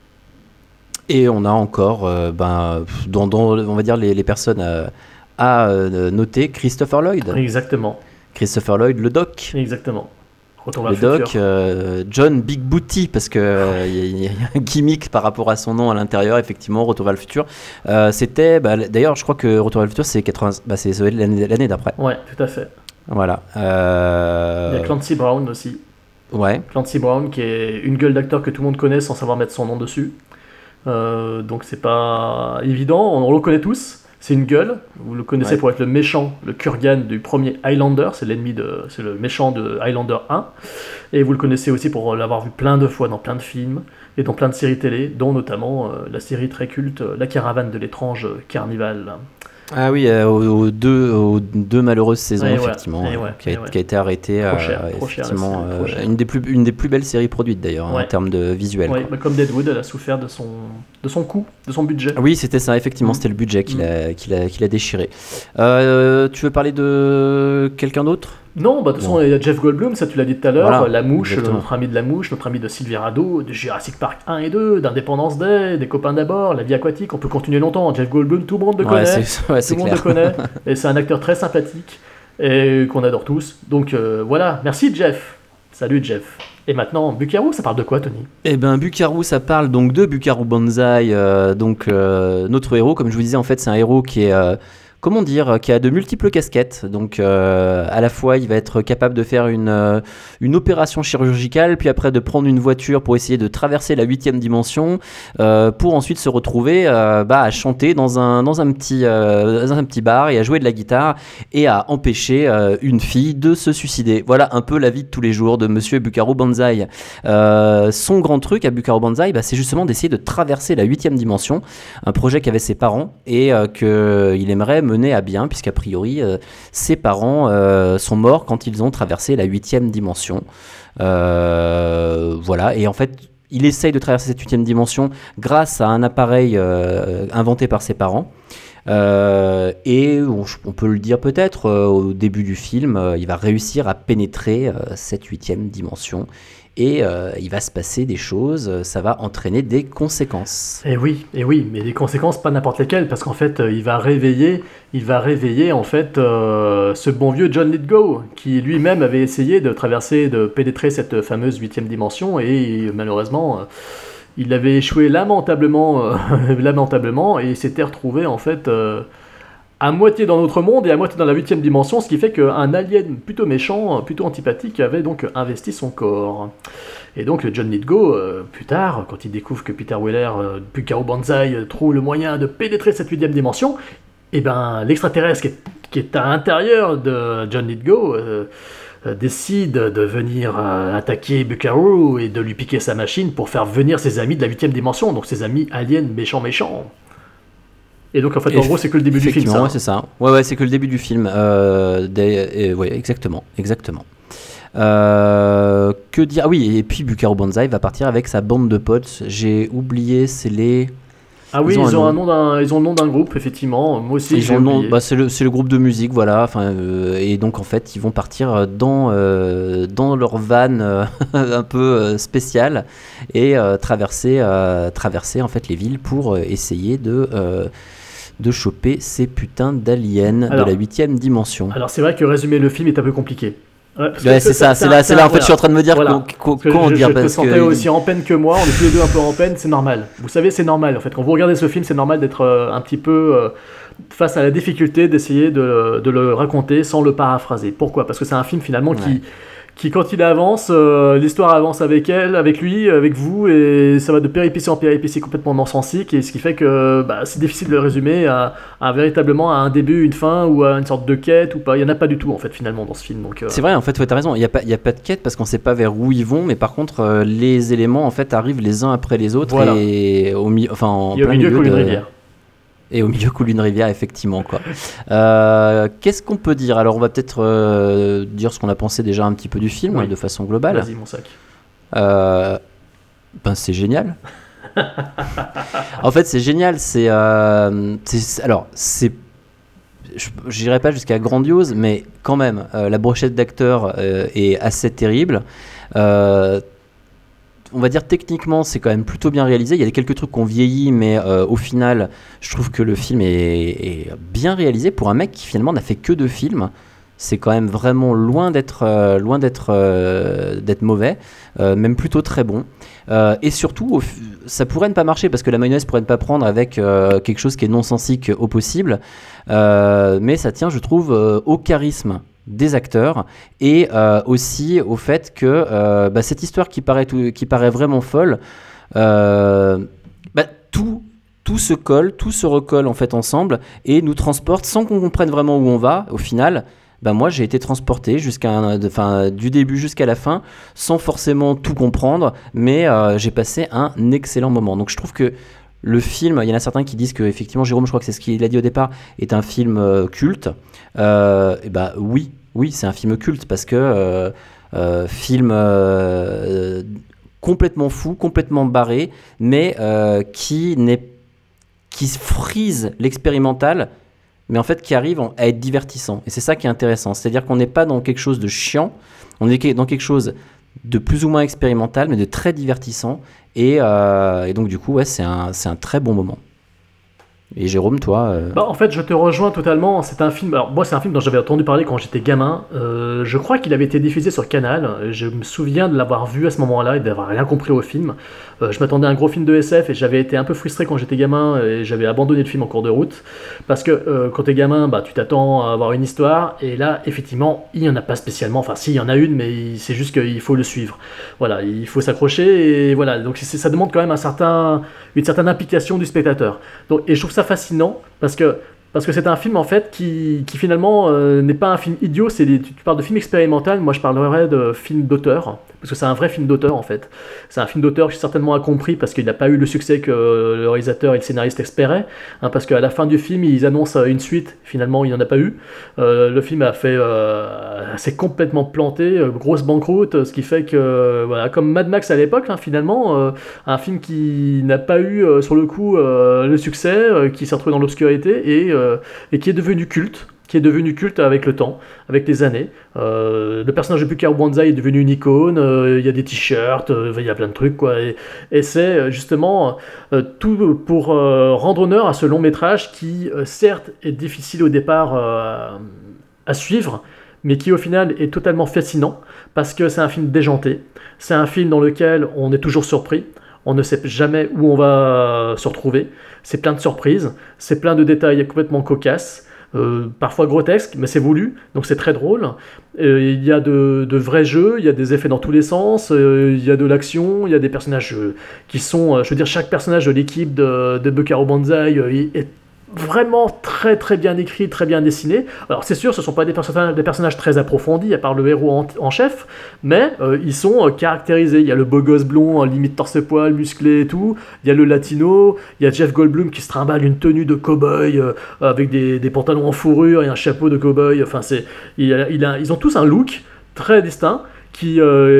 Et on a encore, dans on va dire les personnes à noter, Christopher Lloyd. Exactement. Christopher Lloyd, le doc. Exactement. Retour le doc, John Big Booty, parce que il y a un gimmick par rapport à son nom à l'intérieur, effectivement, Retour vers le futur. C'était, d'ailleurs, je crois que Retour vers le futur, c'est 80, c'est l'année d'après. Ouais, tout à fait. Voilà. Il y a Clancy Brown aussi. Ouais. Clancy Brown, qui est une gueule d'acteur que tout le monde connaît sans savoir mettre son nom dessus. Donc c'est pas évident, on le connaît tous. C'est une gueule, vous le connaissez pour être le méchant, le Kurgan du premier Highlander, c'est le méchant de Highlander 1, et vous le connaissez aussi pour l'avoir vu plein de fois dans plein de films et dans plein de séries télé, dont notamment la série très culte La Caravane de l'étrange Carnival. Ah oui, aux deux malheureuses saisons, effectivement, qui a été arrêtée. Trop cher, une des plus belles séries produites d'ailleurs, en termes de visuel. Ouais, comme Deadwood, elle a souffert de son coût, de son budget. Oui, c'était ça, effectivement, c'était le budget qu'il a déchiré. Tu veux parler de quelqu'un d'autre ? Non, de toute façon, il y a Jeff Goldblum, ça tu l'as dit tout à l'heure, voilà, La Mouche, exactement. notre ami de La Mouche, notre ami de Silverado, de Jurassic Park 1 et 2, d'Independence Day, des copains d'abord, La vie aquatique, on peut continuer longtemps. Jeff Goldblum, tout le monde le connaît, tout le monde le connaît, et c'est un acteur très sympathique et qu'on adore tous. Donc voilà, merci Jeff. Salut Jeff. Et maintenant, Buckaroo, ça parle de quoi, Tony ? Eh ben, Buckaroo, ça parle donc de Buckaroo Banzai, notre héros. Comme je vous disais, en fait, c'est un héros qui est, comment dire, qui a de multiples casquettes. Donc, à la fois, il va être capable de faire une opération chirurgicale, puis après de prendre une voiture pour essayer de traverser la 8e dimension, pour ensuite se retrouver à chanter dans un petit bar et à jouer de la guitare et à empêcher une fille de se suicider. Voilà un peu la vie de tous les jours de Monsieur Buckaroo Banzai. Son grand truc à Buckaroo Banzai, c'est justement d'essayer de traverser la 8e dimension, un projet qu'avaient ses parents et qu'il aimerait mener à bien, puisqu'a priori ses parents sont morts quand ils ont traversé la 8e dimension. Voilà, et en fait il essaye de traverser cette 8e dimension grâce à un appareil inventé par ses parents. Et on peut le dire peut-être, au début du film, il va réussir à pénétrer cette 8e dimension. Et il va se passer des choses, ça va entraîner des conséquences. Et oui, mais des conséquences pas n'importe lesquelles, parce qu'en fait, il va réveiller en fait ce bon vieux John Lithgow, qui lui-même avait essayé de pénétrer cette fameuse 8e dimension, et malheureusement, il avait échoué lamentablement, et il s'était retrouvé en fait à moitié dans notre monde et à moitié dans la 8e dimension, ce qui fait qu'un alien plutôt méchant, plutôt antipathique, avait donc investi son corps. Et donc le John Lithgow, plus tard, quand il découvre que Peter Weller, Buckaroo Banzai, trouve le moyen de pénétrer cette 8e dimension, et ben l'extraterrestre qui est à l'intérieur de John Lithgow décide de venir attaquer Buckaroo et de lui piquer sa machine pour faire venir ses amis de la 8e dimension, donc ses amis aliens méchants. Et donc en fait, en gros, c'est que le début du film, ça. Ouais, c'est ça. Ouais, c'est que le début du film. Ouais, exactement. Que dire ? Ah oui, et puis Buckaroo Banzai va partir avec sa bande de potes. J'ai oublié, c'est les... Ah oui, ils ont le nom d'un groupe, effectivement. Moi aussi, j'ai oublié. C'est le groupe de musique, voilà. Et donc en fait, ils vont partir dans leur van un peu spécial et traverser en fait les villes pour essayer de choper ces putains d'aliens de la 8e dimension. Alors c'est vrai que résumer le film est un peu compliqué. Ouais, c'est ça, c'est là en fait je suis en train de me dire comment dire, je te sentais aussi en peine que moi, on est tous les deux un peu en peine, c'est normal. Vous savez, c'est normal en fait, quand vous regardez ce film, c'est normal d'être un petit peu face à la difficulté d'essayer de le raconter sans le paraphraser. Pourquoi ? Parce que c'est un film finalement qui quand il avance, l'histoire avance avec lui, avec vous, et ça va de péripétie en péripétie complètement nonsensique, et ce qui fait que c'est difficile de le résumer à véritablement à un début, une fin, ou à une sorte de quête, ou pas. Il n'y en a pas du tout, en fait, finalement, dans ce film. Donc, c'est vrai, en fait, ouais, t'as raison, il n'y a pas de quête, parce qu'on ne sait pas vers où ils vont, mais par contre, les éléments, en fait, arrivent les uns après les autres, voilà. Et en plein milieu coule une rivière. Et au milieu coule une rivière, effectivement, quoi. Qu'est-ce qu'on peut dire ? Alors, on va peut-être dire ce qu'on a pensé déjà un petit peu du film, de façon globale. Vas-y, mon sac. C'est génial. En fait, c'est génial. J'irai pas jusqu'à grandiose, mais quand même, la brochette d'acteurs est assez terrible. On va dire techniquement, c'est quand même plutôt bien réalisé. Il y a quelques trucs qu'on vieillit, mais au final, je trouve que le film est bien réalisé pour un mec qui finalement n'a fait que 2 films. C'est quand même vraiment loin d'être mauvais, même plutôt très bon. Et surtout, ça pourrait ne pas marcher parce que la mayonnaise pourrait ne pas prendre avec quelque chose qui est non-sensique au possible. Mais ça tient, je trouve, au charisme des acteurs et aussi au fait que cette histoire qui paraît vraiment folle, tout se colle, tout se recolle en fait ensemble et nous transporte sans qu'on comprenne vraiment où on va. Au final, moi j'ai été transporté du début jusqu'à la fin sans forcément tout comprendre, mais j'ai passé un excellent moment. Donc je trouve que le film, il y en a certains qui disent que effectivement, Jérôme, je crois que c'est ce qu'il a dit au départ, est un film culte. Oui, c'est un film culte parce que film complètement fou, complètement barré, mais qui frise l'expérimental, mais en fait qui arrive à être divertissant. Et c'est ça qui est intéressant. C'est-à-dire qu'on n'est pas dans quelque chose de chiant, on est dans quelque chose de plus ou moins expérimental, mais de très divertissant. Et donc du coup, c'est un très bon moment. Et Jérôme, toi En fait, je te rejoins totalement. C'est un film. Alors, moi, c'est un film dont j'avais entendu parler quand j'étais gamin. Je crois qu'il avait été diffusé sur Canal. Je me souviens de l'avoir vu à ce moment-là et d'avoir rien compris au film. Je m'attendais à un gros film de SF et j'avais été un peu frustré quand j'étais gamin et j'avais abandonné le film en cours de route. Parce que quand t'es gamin, tu t'attends à avoir une histoire et là, effectivement, il n'y en a pas spécialement. Enfin, si, il y en a une, mais c'est juste qu'il faut le suivre. Voilà, il faut s'accrocher et voilà. Donc, ça demande quand même une certaine implication du spectateur. Donc, et je trouve ça fascinant parce que c'est un film en fait qui finalement n'est pas un film idiot. Tu parles de film expérimental, moi je parlerais de film d'auteur parce que c'est un vrai film d'auteur en fait. C'est un film d'auteur qui certainement a compris parce qu'il n'a pas eu le succès que le réalisateur et le scénariste espéraient, parce qu'à la fin du film ils annoncent une suite, finalement il n'y en a pas eu. Le film s'est complètement planté, grosse banqueroute, ce qui fait que voilà, comme Mad Max à l'époque, finalement un film qui n'a pas eu sur le coup le succès, qui s'est retrouvé dans l'obscurité et qui est devenu culte. Avec le temps, avec les années. Le personnage de Buckaroo Banzai est devenu une icône, il y a des t-shirts, il y a plein de trucs, quoi. Et c'est justement tout pour rendre honneur à ce long métrage qui, certes, est difficile au départ à suivre, mais qui au final est totalement fascinant, parce que c'est un film déjanté, c'est un film dans lequel on est toujours surpris, on ne sait jamais où on va se retrouver, c'est plein de surprises, c'est plein de détails complètement cocasses, parfois grotesques, mais c'est voulu, donc c'est très drôle. Il y a de vrais jeux, il y a des effets dans tous les sens, il y a de l'action, il y a des personnages qui sont... je veux dire, chaque personnage de l'équipe de Buckaroo Banzai est vraiment très très bien écrit, très bien dessiné. Alors c'est sûr, ce ne sont pas des personnages très approfondis, à part le héros en chef, mais ils sont caractérisés. Il y a le beau gosse blond, limite torse-poil, musclé et tout. Il y a le latino, il y a Jeff Goldblum qui se trimballe une tenue de cow-boy avec des pantalons en fourrure et un chapeau de cow-boy. Enfin, ils ont tous un look très distinct qui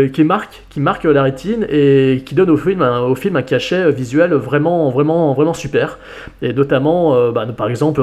marque la rétine et qui donne au film un cachet visuel vraiment, vraiment, vraiment super. Et notamment, par exemple,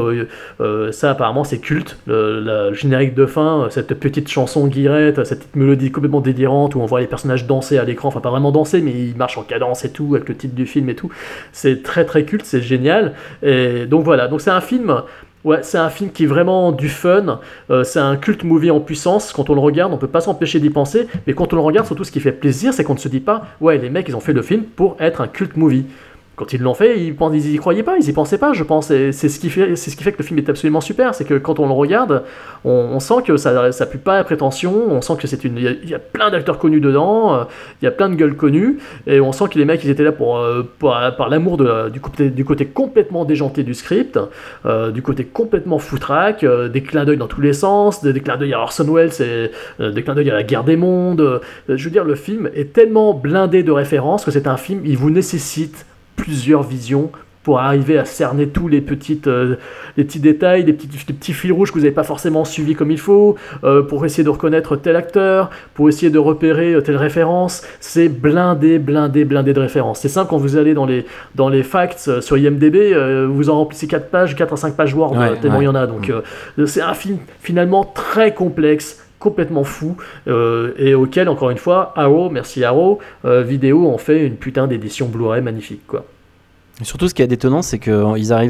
ça apparemment c'est culte, le générique de fin, cette petite chanson guillerette, cette petite mélodie complètement délirante où on voit les personnages danser à l'écran, enfin pas vraiment danser, mais ils marchent en cadence et tout, avec le titre du film et tout. C'est très très culte, c'est génial. Et donc voilà, donc c'est un film... Ouais, c'est un film qui est vraiment du fun, c'est un cult movie en puissance. Quand on le regarde, on peut pas s'empêcher d'y penser, mais quand on le regarde, surtout ce qui fait plaisir, c'est qu'on ne se dit pas « Ouais, les mecs, ils ont fait le film pour être un cult movie ». Quand ils l'ont fait, ils y croyaient pas, ils y pensaient pas, je pense. Et c'est ce qui fait que le film est absolument super, c'est que quand on le regarde, on sent que ça pue pas la prétention, on sent que il y a plein d'acteurs connus dedans, il y a plein de gueules connues, et on sent que les mecs ils étaient là par l'amour du côté complètement déjanté du script, du côté complètement foutraque, des clins d'œil dans tous les sens, des clins d'œil à Orson Welles, des clins d'œil à la Guerre des mondes. Je veux dire, le film est tellement blindé de références que c'est un film, il vous nécessite plusieurs visions pour arriver à cerner tous les petits détails, les petits fils rouges que vous n'avez pas forcément suivis comme il faut, pour essayer de reconnaître tel acteur, pour essayer de repérer telle référence. C'est blindé de références. C'est simple, quand vous allez dans les facts sur IMDb, vous en remplissez 4 à 5 pages Word, tellement il y en a. Donc c'est un film finalement très complexe, complètement fou, et auquel, encore une fois, merci Arrow, Vidéo en fait une putain d'édition Blu-ray magnifique, quoi. Et surtout, ce qui est détonnant, c'est que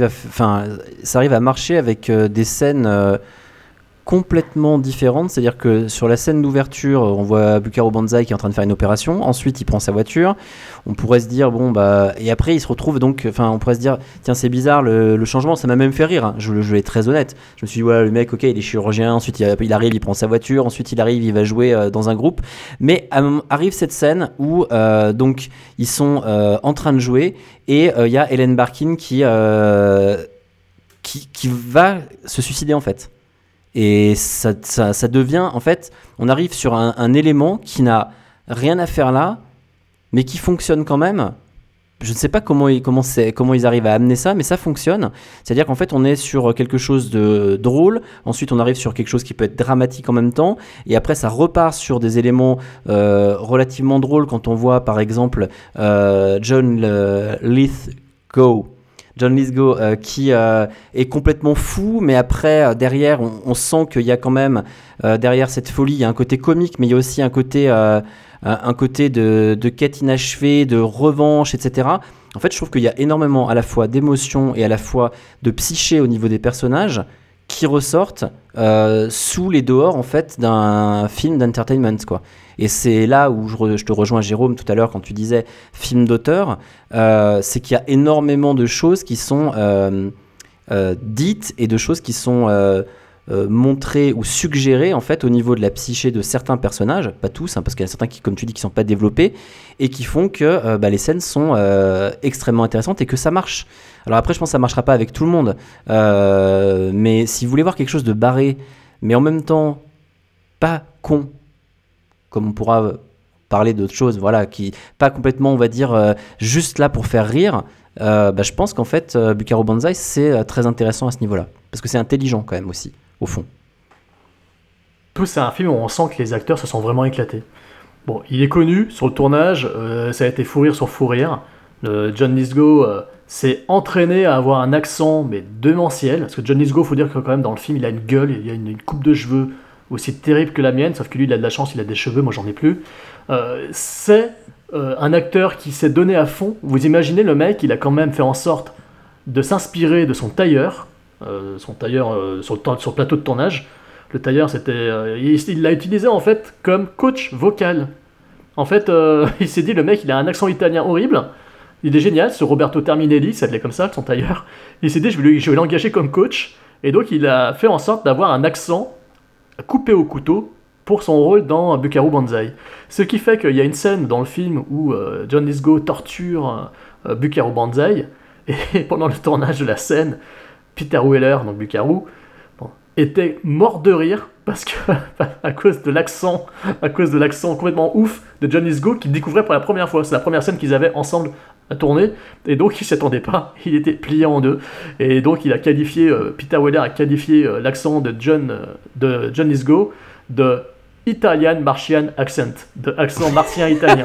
ça arrive à marcher avec des scènes complètement différentes. C'est-à-dire que sur la scène d'ouverture, on voit Buckaroo Banzai qui est en train de faire une opération. Ensuite, il prend sa voiture. On pourrait se dire, et après, il se retrouve donc... on pourrait se dire, tiens, c'est bizarre, le changement, ça m'a même fait rire. Hein. Je vais être très honnête. Je me suis dit, voilà, le mec, ok, il est chirurgien. Ensuite, il arrive, il prend sa voiture. Ensuite, il arrive, il va jouer dans un groupe. Mais arrive cette scène où, donc, ils sont en train de jouer. Et il y a Ellen Barkin qui va se suicider, en fait. Et ça devient, en fait, on arrive sur un élément qui n'a rien à faire là, mais qui fonctionne quand même. Je ne sais pas comment ils arrivent à amener ça, mais ça fonctionne. C'est-à-dire qu'en fait, on est sur quelque chose de drôle, ensuite on arrive sur quelque chose qui peut être dramatique en même temps, et après ça repart sur des éléments relativement drôles quand on voit, par exemple, John John Lithgow, qui est complètement fou, mais après, derrière, on sent qu'il y a quand même, derrière cette folie, il y a un côté comique, mais il y a aussi un côté de quête inachevée, de revanche, etc. En fait, je trouve qu'il y a énormément à la fois d'émotions et à la fois de psyché au niveau des personnages qui ressortent sous les dehors en fait d'un film d'entertainment, quoi. Et c'est là où je te rejoins, Jérôme, tout à l'heure quand tu disais film d'auteur, c'est qu'il y a énormément de choses qui sont dites et de choses qui sont montrées ou suggérées en fait au niveau de la psyché de certains personnages, pas tous, hein, parce qu'il y en a certains qui, comme tu dis, qui sont pas développés et qui font que les scènes sont extrêmement intéressantes et que ça marche. Alors après, je pense que ça marchera pas avec tout le monde, mais si vous voulez voir quelque chose de barré, mais en même temps pas con, comme on pourra parler d'autres choses, voilà, qui pas complètement, on va dire, juste là pour faire rire, je pense qu'en fait, Buckaroo Banzai, c'est très intéressant à ce niveau-là, parce que c'est intelligent quand même aussi, au fond. Tout, c'est un film où on sent que les acteurs se sont vraiment éclatés. Bon, il est connu sur le tournage, ça a été fou rire sur fou rire. John Lithgow s'est entraîné à avoir un accent, mais démentiel, parce que John Lithgow, faut dire que quand même dans le film, il a une gueule, il a une coupe de cheveux aussi terrible que la mienne, sauf que lui, il a de la chance, il a des cheveux, moi j'en ai plus. C'est un acteur qui s'est donné à fond. Vous imaginez, le mec, il a quand même fait en sorte de s'inspirer de son tailleur sur le plateau de tournage. Le tailleur, il l'a utilisé en fait comme coach vocal. En fait, il s'est dit, le mec, il a un accent italien horrible, il est génial, ce Roberto Terminelli, ça s'appelait comme ça, son tailleur. Il s'est dit, je vais l'engager comme coach, et donc il a fait en sorte d'avoir un accent coupé au couteau pour son rôle dans Buckaroo Banzai. Ce qui fait qu'il y a une scène dans le film où John Lithgow torture Buckaroo Banzai, et pendant le tournage de la scène, Peter Weller, donc Buckaroo, était mort de rire parce que à cause de l'accent complètement ouf de John Lithgow qu'il découvrait pour la première fois. C'est la première scène qu'ils avaient ensemble à tourner, et donc il s'y attendait pas, il était plié en deux, et donc il a qualifié, Peter Weller a qualifié l'accent de John Lithgow de Italian Martian accent, de accent martien italien.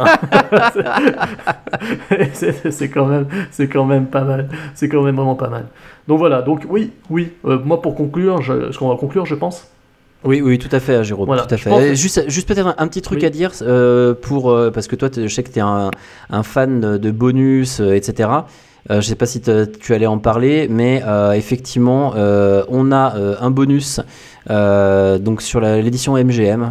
c'est quand même pas mal, c'est quand même vraiment pas mal. Donc voilà, donc oui, moi pour conclure, ce qu'on va conclure, je pense. Oui, tout à fait, Jérôme, voilà, tout à fait. Juste peut-être un petit truc à dire, parce que toi, je sais que tu es un fan de bonus, etc. Je sais pas si tu allais en parler, mais effectivement, on a un bonus donc sur l'édition MGM.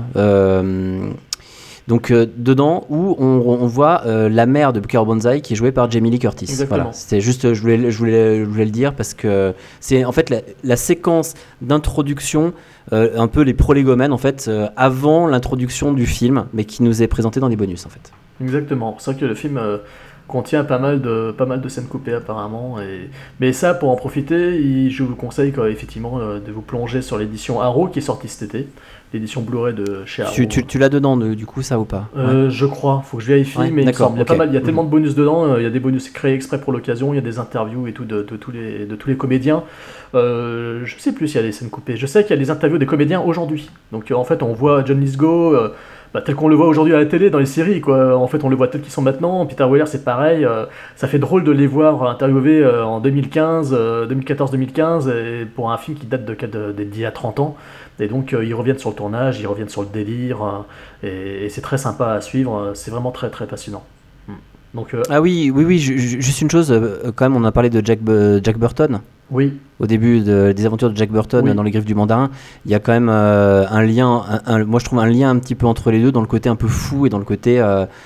Donc dedans où on voit la mère de Buckaroo Banzai qui est jouée par Jamie Lee Curtis. Exactement. Voilà, c'était juste, je voulais le dire parce que c'est en fait la séquence d'introduction, un peu les prolégomènes en fait, avant l'introduction du film, mais qui nous est présentée dans les bonus en fait. Exactement, c'est vrai que le film contient pas mal de scènes coupées apparemment, mais ça, pour en profiter, je vous conseille effectivement de vous plonger sur l'édition Arrow qui est sortie cet été, l'édition Blu-ray de chez Arrow. Tu l'as dedans du coup, ça ou pas? Je crois, faut que je vérifie, mais il me semble. Il y a tellement de bonus dedans, il y a des bonus créés exprès pour l'occasion, il y a des interviews et tout de tous les comédiens. Je sais plus s'il y a des scènes coupées, je sais qu'il y a des interviews des comédiens aujourd'hui, donc en fait on voit John Lithgow tel qu'on le voit aujourd'hui à la télé, dans les séries, quoi. En fait, on le voit tel qu'ils sont maintenant. Peter Weller, c'est pareil. Ça fait drôle de les voir interviewés en 2014-2015, et pour un film qui date d'il y a 30 ans. Et donc, ils reviennent sur le tournage, ils reviennent sur le délire, et c'est très sympa à suivre. C'est vraiment très, très passionnant. Donc, Ah oui, juste une chose, quand même, on a parlé de Jack Burton. Oui. Au début des aventures de Jack Burton dans Les Griffes du Mandarin, il y a quand même un lien, moi je trouve un lien un petit peu entre les deux, dans le côté un peu fou et dans le côté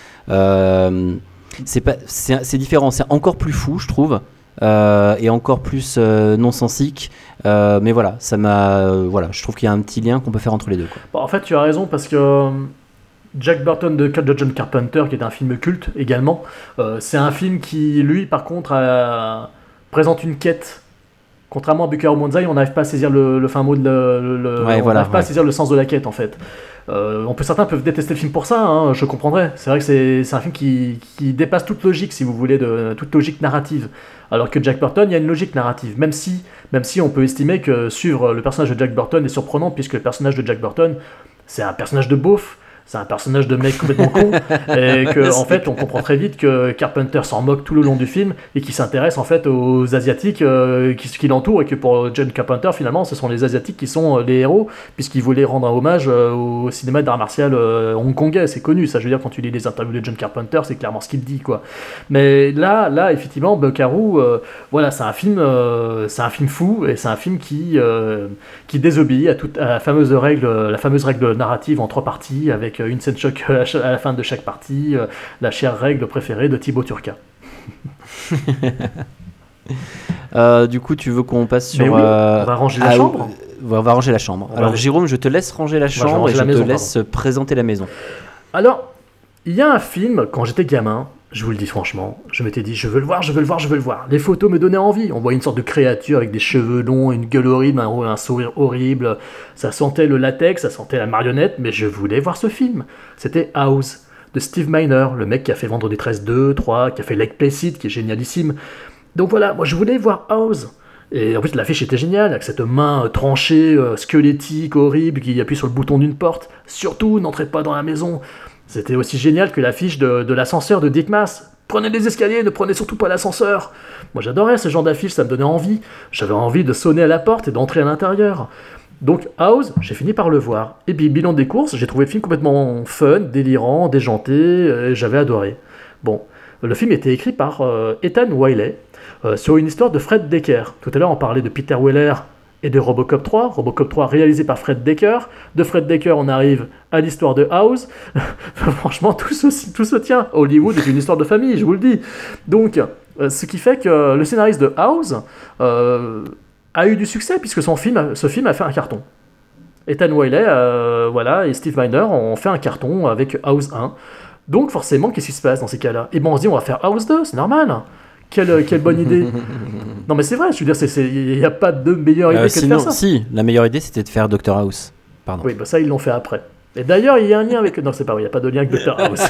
c'est différent, c'est encore plus fou je trouve, et encore plus non-sensique, mais voilà, je trouve qu'il y a un petit lien qu'on peut faire entre les deux, quoi. En fait tu as raison, parce que Jack Burton de John Carpenter, qui est un film culte également, c'est un film qui lui par contre présente une quête. Contrairement à Buckaroo Banzai, on n'arrive pas à saisir le fin mot à saisir le sens de la quête en fait. Certains peuvent détester le film pour ça, hein, je comprendrais. C'est vrai que c'est un film qui dépasse toute logique, si vous voulez, toute logique narrative. Alors que Jack Burton, il y a une logique narrative, même si on peut estimer que suivre le personnage de Jack Burton est surprenant, puisque le personnage de Jack Burton, c'est un personnage de beauf. c'est un personnage de mec complètement con, et que en fait on comprend très vite que Carpenter s'en moque tout le long du film et qu'il s'intéresse en fait aux asiatiques qui l'entourent, et que pour John Carpenter finalement ce sont les asiatiques qui sont les héros, puisqu'il voulait rendre un hommage au cinéma d'art martial hongkongais, c'est connu ça, je veux dire, quand tu lis les interviews de John Carpenter c'est clairement ce qu'il dit quoi. Mais là effectivement Buckaroo, voilà, c'est un film fou, et c'est un film qui désobéit à la fameuse règle narrative en 3 parties, avec une scène choc à la fin de chaque partie, la chère règle préférée de Thibaut Turca. Du coup, tu veux qu'on passe sur... Mais oui, on va ranger la chambre. On va ranger la chambre. Alors Jérôme, je te laisse ranger la chambre et je te laisse présenter la maison. Alors, il y a un film, quand j'étais gamin, je vous le dis franchement, je m'étais dit, je veux le voir. Les photos me donnaient envie. On voit une sorte de créature avec des cheveux longs, une gueule horrible, un sourire horrible. Ça sentait le latex, ça sentait la marionnette, mais je voulais voir ce film. C'était House, de Steve Miner, le mec qui a fait Vendredi 13 2, 3, qui a fait Lake Placid, qui est génialissime. Donc voilà, moi je voulais voir House. Et en plus l'affiche était géniale, avec cette main tranchée, squelettique, horrible, qui appuie sur le bouton d'une porte. Surtout, n'entrez pas dans la maison. C'était aussi génial que l'affiche de l'ascenseur de Dick Maas. Prenez les escaliers, ne prenez surtout pas l'ascenseur. Moi j'adorais ce genre d'affiche, ça me donnait envie. J'avais envie de sonner à la porte et d'entrer à l'intérieur. Donc House, j'ai fini par le voir. Et puis bilan des courses, j'ai trouvé le film complètement fun, délirant, déjanté, et j'avais adoré. Bon, le film était écrit par Ethan Wiley, sur une histoire de Fred Decker. Tout à l'heure on parlait de Peter Weller et de Robocop 3. Robocop 3 réalisé par Fred Decker. De Fred Decker, on arrive à l'histoire de House. Franchement, tout se tient. Hollywood est une histoire de famille, je vous le dis. Donc, ce qui fait que le scénariste de House a eu du succès, puisque ce film a fait un carton. Ethan Wiley et Steve Miner ont fait un carton avec House 1. Donc, forcément, qu'est-ce qui se passe dans ces cas-là ? Et bon, on se dit, on va faire House 2, c'est normal. Quelle bonne idée. Non mais c'est vrai, je veux dire, il n'y a pas de meilleure idée que de faire ça. Si, la meilleure idée c'était de faire Dr House. Pardon. Oui, bah ça ils l'ont fait après. Et d'ailleurs, il y a un lien avec... Non, c'est pas vrai, il n'y a pas de lien avec Dr House.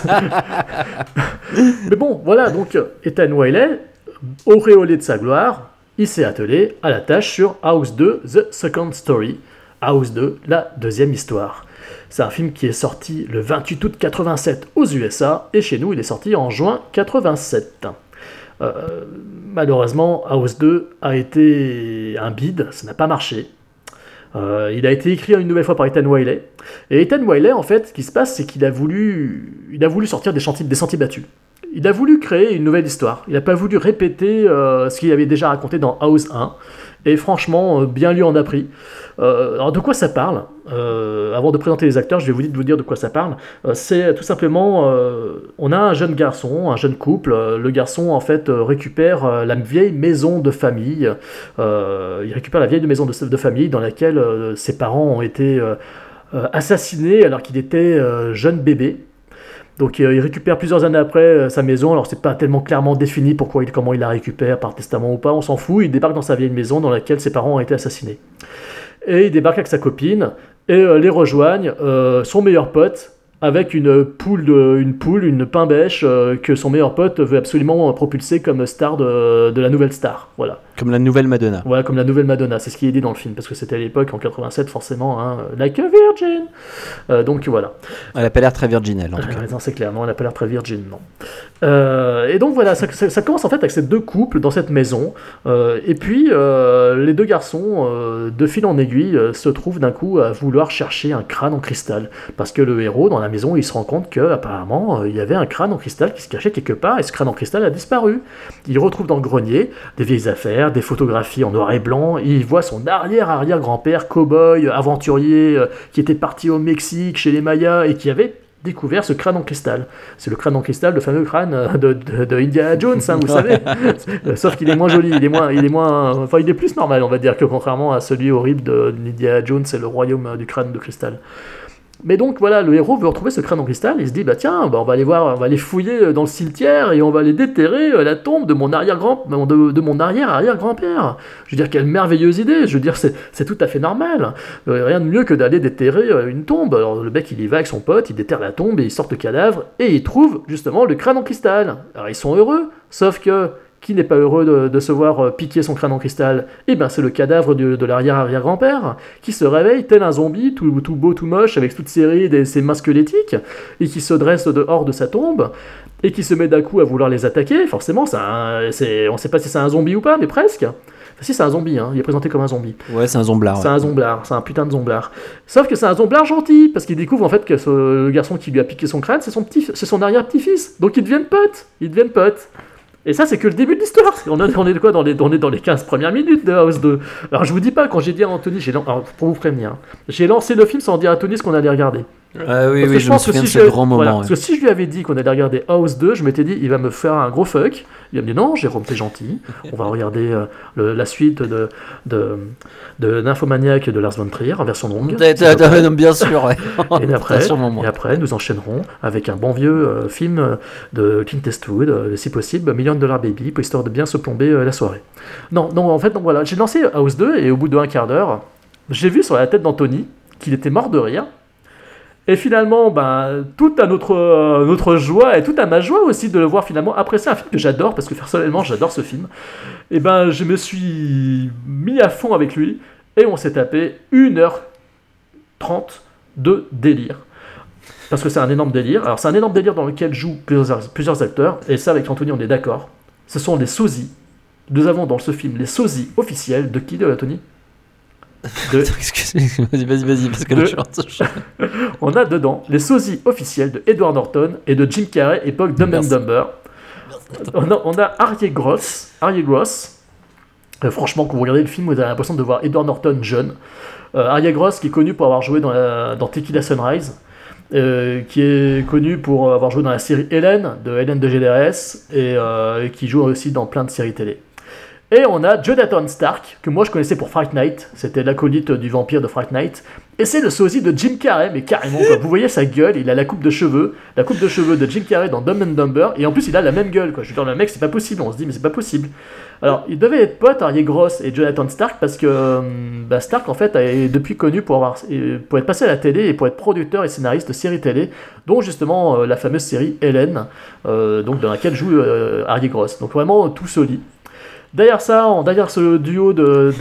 Mais bon, voilà, donc Ethan Wiley, auréolé de sa gloire, il s'est attelé à la tâche sur House 2, The Second Story. House 2, la deuxième histoire. C'est un film qui est sorti le 28 août 87 aux USA, et chez nous il est sorti en juin 87. Malheureusement, House 2 a été un bide, ça n'a pas marché. Il a été écrit une nouvelle fois par Ethan Wiley. Et Ethan Wiley, en fait, ce qui se passe, c'est qu'il a voulu sortir des sentiers battus. Il a voulu créer une nouvelle histoire. Il n'a pas voulu répéter ce qu'il avait déjà raconté dans House 1. Et franchement, bien lui en a pris. Alors de quoi ça parle ? Avant de présenter les acteurs, je vais vous dire de quoi ça parle. C'est tout simplement, on a un jeune garçon, un jeune couple. Le garçon, en fait, récupère la vieille maison de famille. Il récupère la vieille maison de famille dans laquelle ses parents ont été assassinés alors qu'il était jeune bébé. Donc il récupère plusieurs années après sa maison, alors c'est pas tellement clairement défini comment il la récupère, par testament ou pas, on s'en fout, il débarque dans sa vieille maison dans laquelle ses parents ont été assassinés. Et il débarque avec sa copine, et les rejoignent son meilleur pote, avec une pain-bêche que son meilleur pote veut absolument propulser comme star de la nouvelle star, voilà. Comme la nouvelle Madonna. Voilà, comme la nouvelle Madonna, c'est ce qui est dit dans le film, parce que c'était à l'époque, en 87, forcément, hein, like a virgin. Donc voilà. Elle n'a pas l'air très virginelle, en tout cas. Non, c'est clair, non, elle n'a pas l'air très virgin, non. Et donc voilà, ça commence en fait avec ces deux couples dans cette maison, et puis les deux garçons, de fil en aiguille, se trouvent d'un coup à vouloir chercher un crâne en cristal, parce que le héros, dans la maison, il se rend compte qu'apparemment, il y avait un crâne en cristal qui se cachait quelque part, et ce crâne en cristal a disparu. Il retrouve dans le grenier des vieilles affaires, des photographies en noir et blanc, et il voit son arrière-arrière-grand-père, cow-boy, aventurier, qui était parti au Mexique, chez les Mayas, et qui avait découvert ce crâne en cristal. C'est le crâne en cristal, le fameux crâne de Indiana Jones, hein, vous savez. Sauf qu'il est moins joli, il est plus normal, on va dire, que contrairement à celui horrible d'Indiana Jones, c'est le royaume du crâne de cristal. Mais donc voilà, le héros veut retrouver ce crâne en cristal, il se dit on va aller fouiller dans le cimetière et on va aller déterrer la tombe de mon arrière-arrière-grand-père. Je veux dire, quelle merveilleuse idée, je veux dire, c'est tout à fait normal. Rien de mieux que d'aller déterrer une tombe. Alors le mec il y va avec son pote, il déterre la tombe et il sort le cadavre et il trouve justement le crâne en cristal. Alors ils sont heureux, sauf que qui n'est pas heureux de se voir piquer son crâne en cristal? Eh ben c'est le cadavre de l'arrière-arrière-grand-père qui se réveille tel un zombie, tout beau, tout moche, avec toute ses rides et ses mains squelettiques, et qui se dresse dehors de sa tombe, et qui se met d'un coup à vouloir les attaquer. Forcément, on ne sait pas si c'est un zombie ou pas, mais presque. Enfin, si, c'est un zombie, hein. Il est présenté comme un zombie. Ouais, c'est un zomblard. C'est un zomblard, c'est un putain de zomblard. Sauf que c'est un zomblard gentil, parce qu'il découvre en fait que le garçon qui lui a piqué son crâne, c'est son arrière-petit-fils. Donc ils deviennent potes. Et ça, c'est que le début de l'histoire. On est de quoi on est dans les 15 premières minutes de House 2. Alors je vous dis pas, quand j'ai dit à Anthony, alors, pour vous prévenir, j'ai lancé le film sans dire à Anthony ce qu'on allait regarder. Oui, je me souviens de ce grand moment. Voilà, parce que si je lui avais dit qu'on allait regarder House 2, je m'étais dit, il va me faire un gros fuck. Il va me dire, non, Jérôme, t'es gentil. On va regarder la suite de Nymphomaniac de Lars von Trier en version longue. Bien sûr, ouais. Et après, nous enchaînerons avec un bon vieux film de Clint Eastwood, si possible, $1 Million Baby, pour histoire de bien se plomber la soirée. Non, en fait, donc voilà, j'ai lancé House 2 et au bout d'un quart d'heure, j'ai vu sur la tête d'Anthony qu'il était mort de rire. Et finalement, toute à notre joie et toute à ma joie aussi de le voir finalement apprécier un film que j'adore, parce que personnellement j'adore ce film, et je me suis mis à fond avec lui et on s'est tapé 1h30 de délire. Parce que c'est un énorme délire. Alors c'est un énorme délire dans lequel jouent plusieurs acteurs, et ça avec Anthony on est d'accord. Ce sont les sosies. Nous avons dans ce film les sosies officiels de qui, de Anthony ? Excusez-moi, vas-y, parce que là, on a dedans les sosies officiels de Edward Norton et de Jim Carrey, époque Dumb and Dumber. On a Arye Gross. Franchement, quand vous regardez le film, vous avez l'impression de voir Edward Norton jeune. Arye Gross, qui est connu pour avoir joué dans Tequila Sunrise, qui est connu pour avoir joué dans la série Hélène DeGeneres, et qui joue aussi dans plein de séries télé. Et on a Jonathan Stark, que moi je connaissais pour Fright Night, c'était l'acolyte du vampire de Fright Night, et c'est le sosie de Jim Carrey, mais carrément, quoi. Vous voyez sa gueule, il a la coupe de cheveux de Jim Carrey dans Dumb and Dumber, et en plus il a la même gueule, quoi. Je veux dire, le mec, c'est pas possible, on se dit, mais c'est pas possible. Alors, il devait être pote, Arye Gross et Jonathan Stark, parce que Stark, en fait, est depuis connu pour être passé à la télé et pour être producteur et scénariste de séries télé, dont justement la fameuse série Hélène, donc dans laquelle joue Arye Gross. Donc vraiment, tout se lit. Derrière ce duo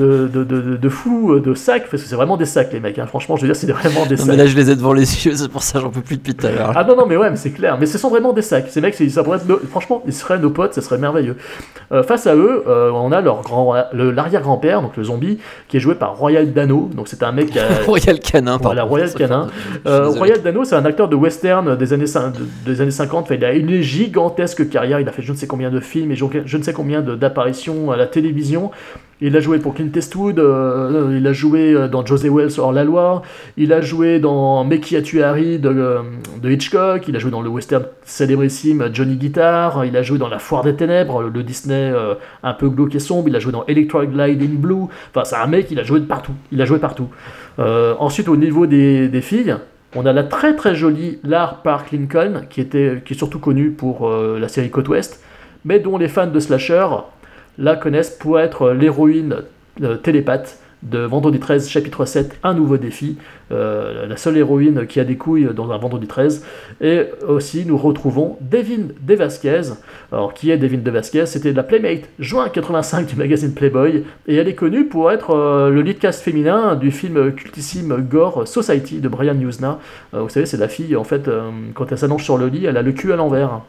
de fous, de sacs, parce que c'est vraiment des sacs les mecs, hein. Franchement je veux dire c'est vraiment des sacs. Mais là je les ai devant les yeux, c'est pour ça j'en peux plus depuis tout à l'heure. Ah non mais ouais, mais c'est clair, mais ce sont vraiment des sacs, ces mecs, ça pourrait être franchement ils seraient nos potes, ça serait merveilleux. Face à eux, on a l'arrière-grand-père, donc le zombie, qui est joué par Royal Dano, donc c'est un mec qui a... Royal Canin, voilà, Royal Canin. Royal Dano, c'est un acteur de western des années 50, enfin, il a une gigantesque carrière, il a fait je ne sais combien de films et je ne sais combien d'apparitions à la télévision. Il a joué pour Clint Eastwood, il a joué dans José Wells hors la loi, il a joué dans Mais qui a tué Harry de Hitchcock, il a joué dans le western célébrissime Johnny Guitar, il a joué dans La Foire des Ténèbres, le Disney un peu glauque et sombre, il a joué dans Electric Light in Blue, enfin c'est un mec, il a joué partout. Ensuite au niveau des filles, on a la très très jolie Lar Park Lincoln, qui est surtout connue pour la série Côte Ouest, mais dont les fans de slasher la connaissent pour être l'héroïne télépathe de Vendredi 13, chapitre 7, Un nouveau défi, la seule héroïne qui a des couilles dans un Vendredi 13. Et aussi, nous retrouvons Devin De Vasquez. Alors, qui est Devin De Vasquez ? C'était la Playmate juin 85 du magazine Playboy, et elle est connue pour être le lead cast féminin du film cultissime Gore Society de Brian Yuzna. Vous savez, c'est la fille, en fait, quand elle s'allonge sur le lit, elle a le cul à l'envers.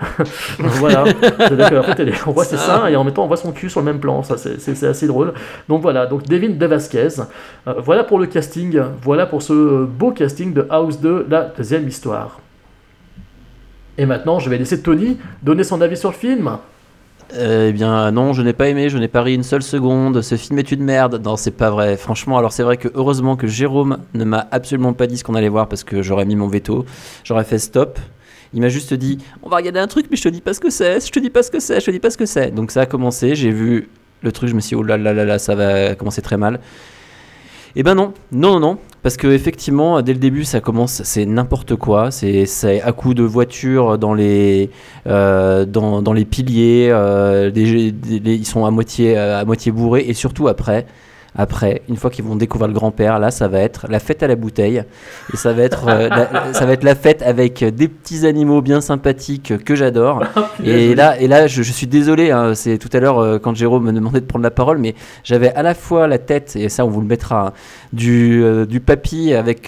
Voilà, en fait on voit ses seins et en même temps on voit son cul sur le même plan, ça c'est assez drôle. Donc voilà, donc Devin De Vasquez, voilà pour le casting, voilà pour ce beau casting de House 2, la deuxième histoire. Et maintenant je vais laisser Tony donner son avis sur le film. Eh bien non, je n'ai pas aimé, je n'ai pas ri une seule seconde, ce film est une merde. Non, c'est pas vrai, franchement. Alors c'est vrai que heureusement que Jérôme ne m'a absolument pas dit ce qu'on allait voir, parce que j'aurais mis mon veto, j'aurais fait stop. Il m'a juste dit, on va regarder un truc, mais je te dis pas ce que c'est. Donc ça a commencé, j'ai vu le truc, je me suis dit, oh là là, ça va commencer très mal. Eh ben non, parce que effectivement, dès le début, ça commence, c'est n'importe quoi, c'est à coups de voitures dans les piliers, ils sont à moitié bourrés, et surtout après après, une fois qu'ils vont découvrir le grand-père, là, ça va être la fête à la bouteille. Et ça va être, ça va être la fête avec des petits animaux bien sympathiques que j'adore. Et là, je suis désolé, hein, c'est tout à l'heure quand Jérôme me demandait de prendre la parole, mais j'avais à la fois la tête, et ça on vous le mettra, hein, du papy avec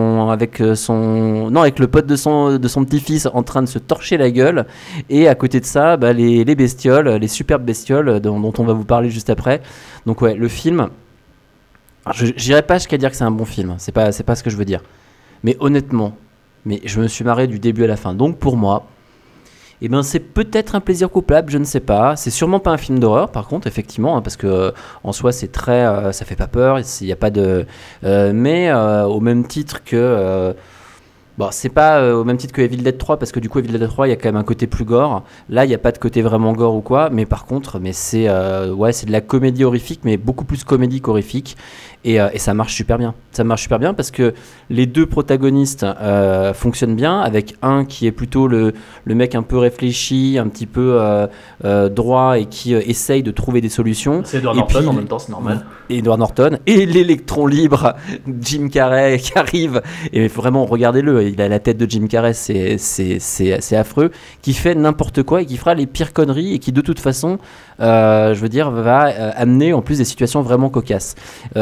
le pote de son petit-fils en train de se torcher la gueule, et à côté de ça, les bestioles, les superbes bestioles dont on va vous parler juste après. Donc ouais, le film, je n'irai pas jusqu'à dire que c'est un bon film, c'est pas ce que je veux dire. Mais honnêtement, je me suis marré du début à la fin. Donc pour moi, c'est peut-être un plaisir coupable, je ne sais pas. C'est sûrement pas un film d'horreur, par contre, effectivement, hein, parce que en soi, c'est très, ça fait pas peur. Il y a pas de, mais au même titre que, c'est pas au même titre que Evil Dead 3, parce que du coup, Evil Dead 3, il y a quand même un côté plus gore. Là, il y a pas de côté vraiment gore ou quoi, mais par contre, c'est de la comédie horrifique, mais beaucoup plus comédie qu'horrifique. Et ça marche super bien. Ça marche super bien parce que les deux protagonistes fonctionnent bien, avec un qui est plutôt le mec un peu réfléchi, un petit peu droit et qui essaye de trouver des solutions. C'est Edward Norton en même temps, c'est normal. Et Edward Norton et l'électron libre Jim Carrey qui arrive. Et vraiment, regardez-le, il a la tête de Jim Carrey, c'est affreux, qui fait n'importe quoi et qui fera les pires conneries et qui de toute façon, va amener en plus des situations vraiment cocasses.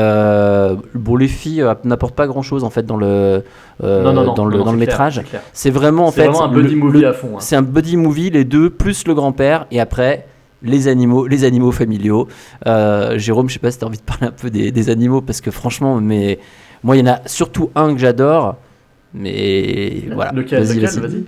Les filles n'apportent pas grand chose en fait dans le métrage. C'est vraiment un buddy movie à fond. Hein. C'est un buddy movie, les deux plus le grand-père, et après les animaux familiaux. Jérôme, je sais pas si tu as envie de parler un peu des animaux, parce que franchement, mais moi il y en a surtout un que j'adore, mais voilà. Lequel, vas-y.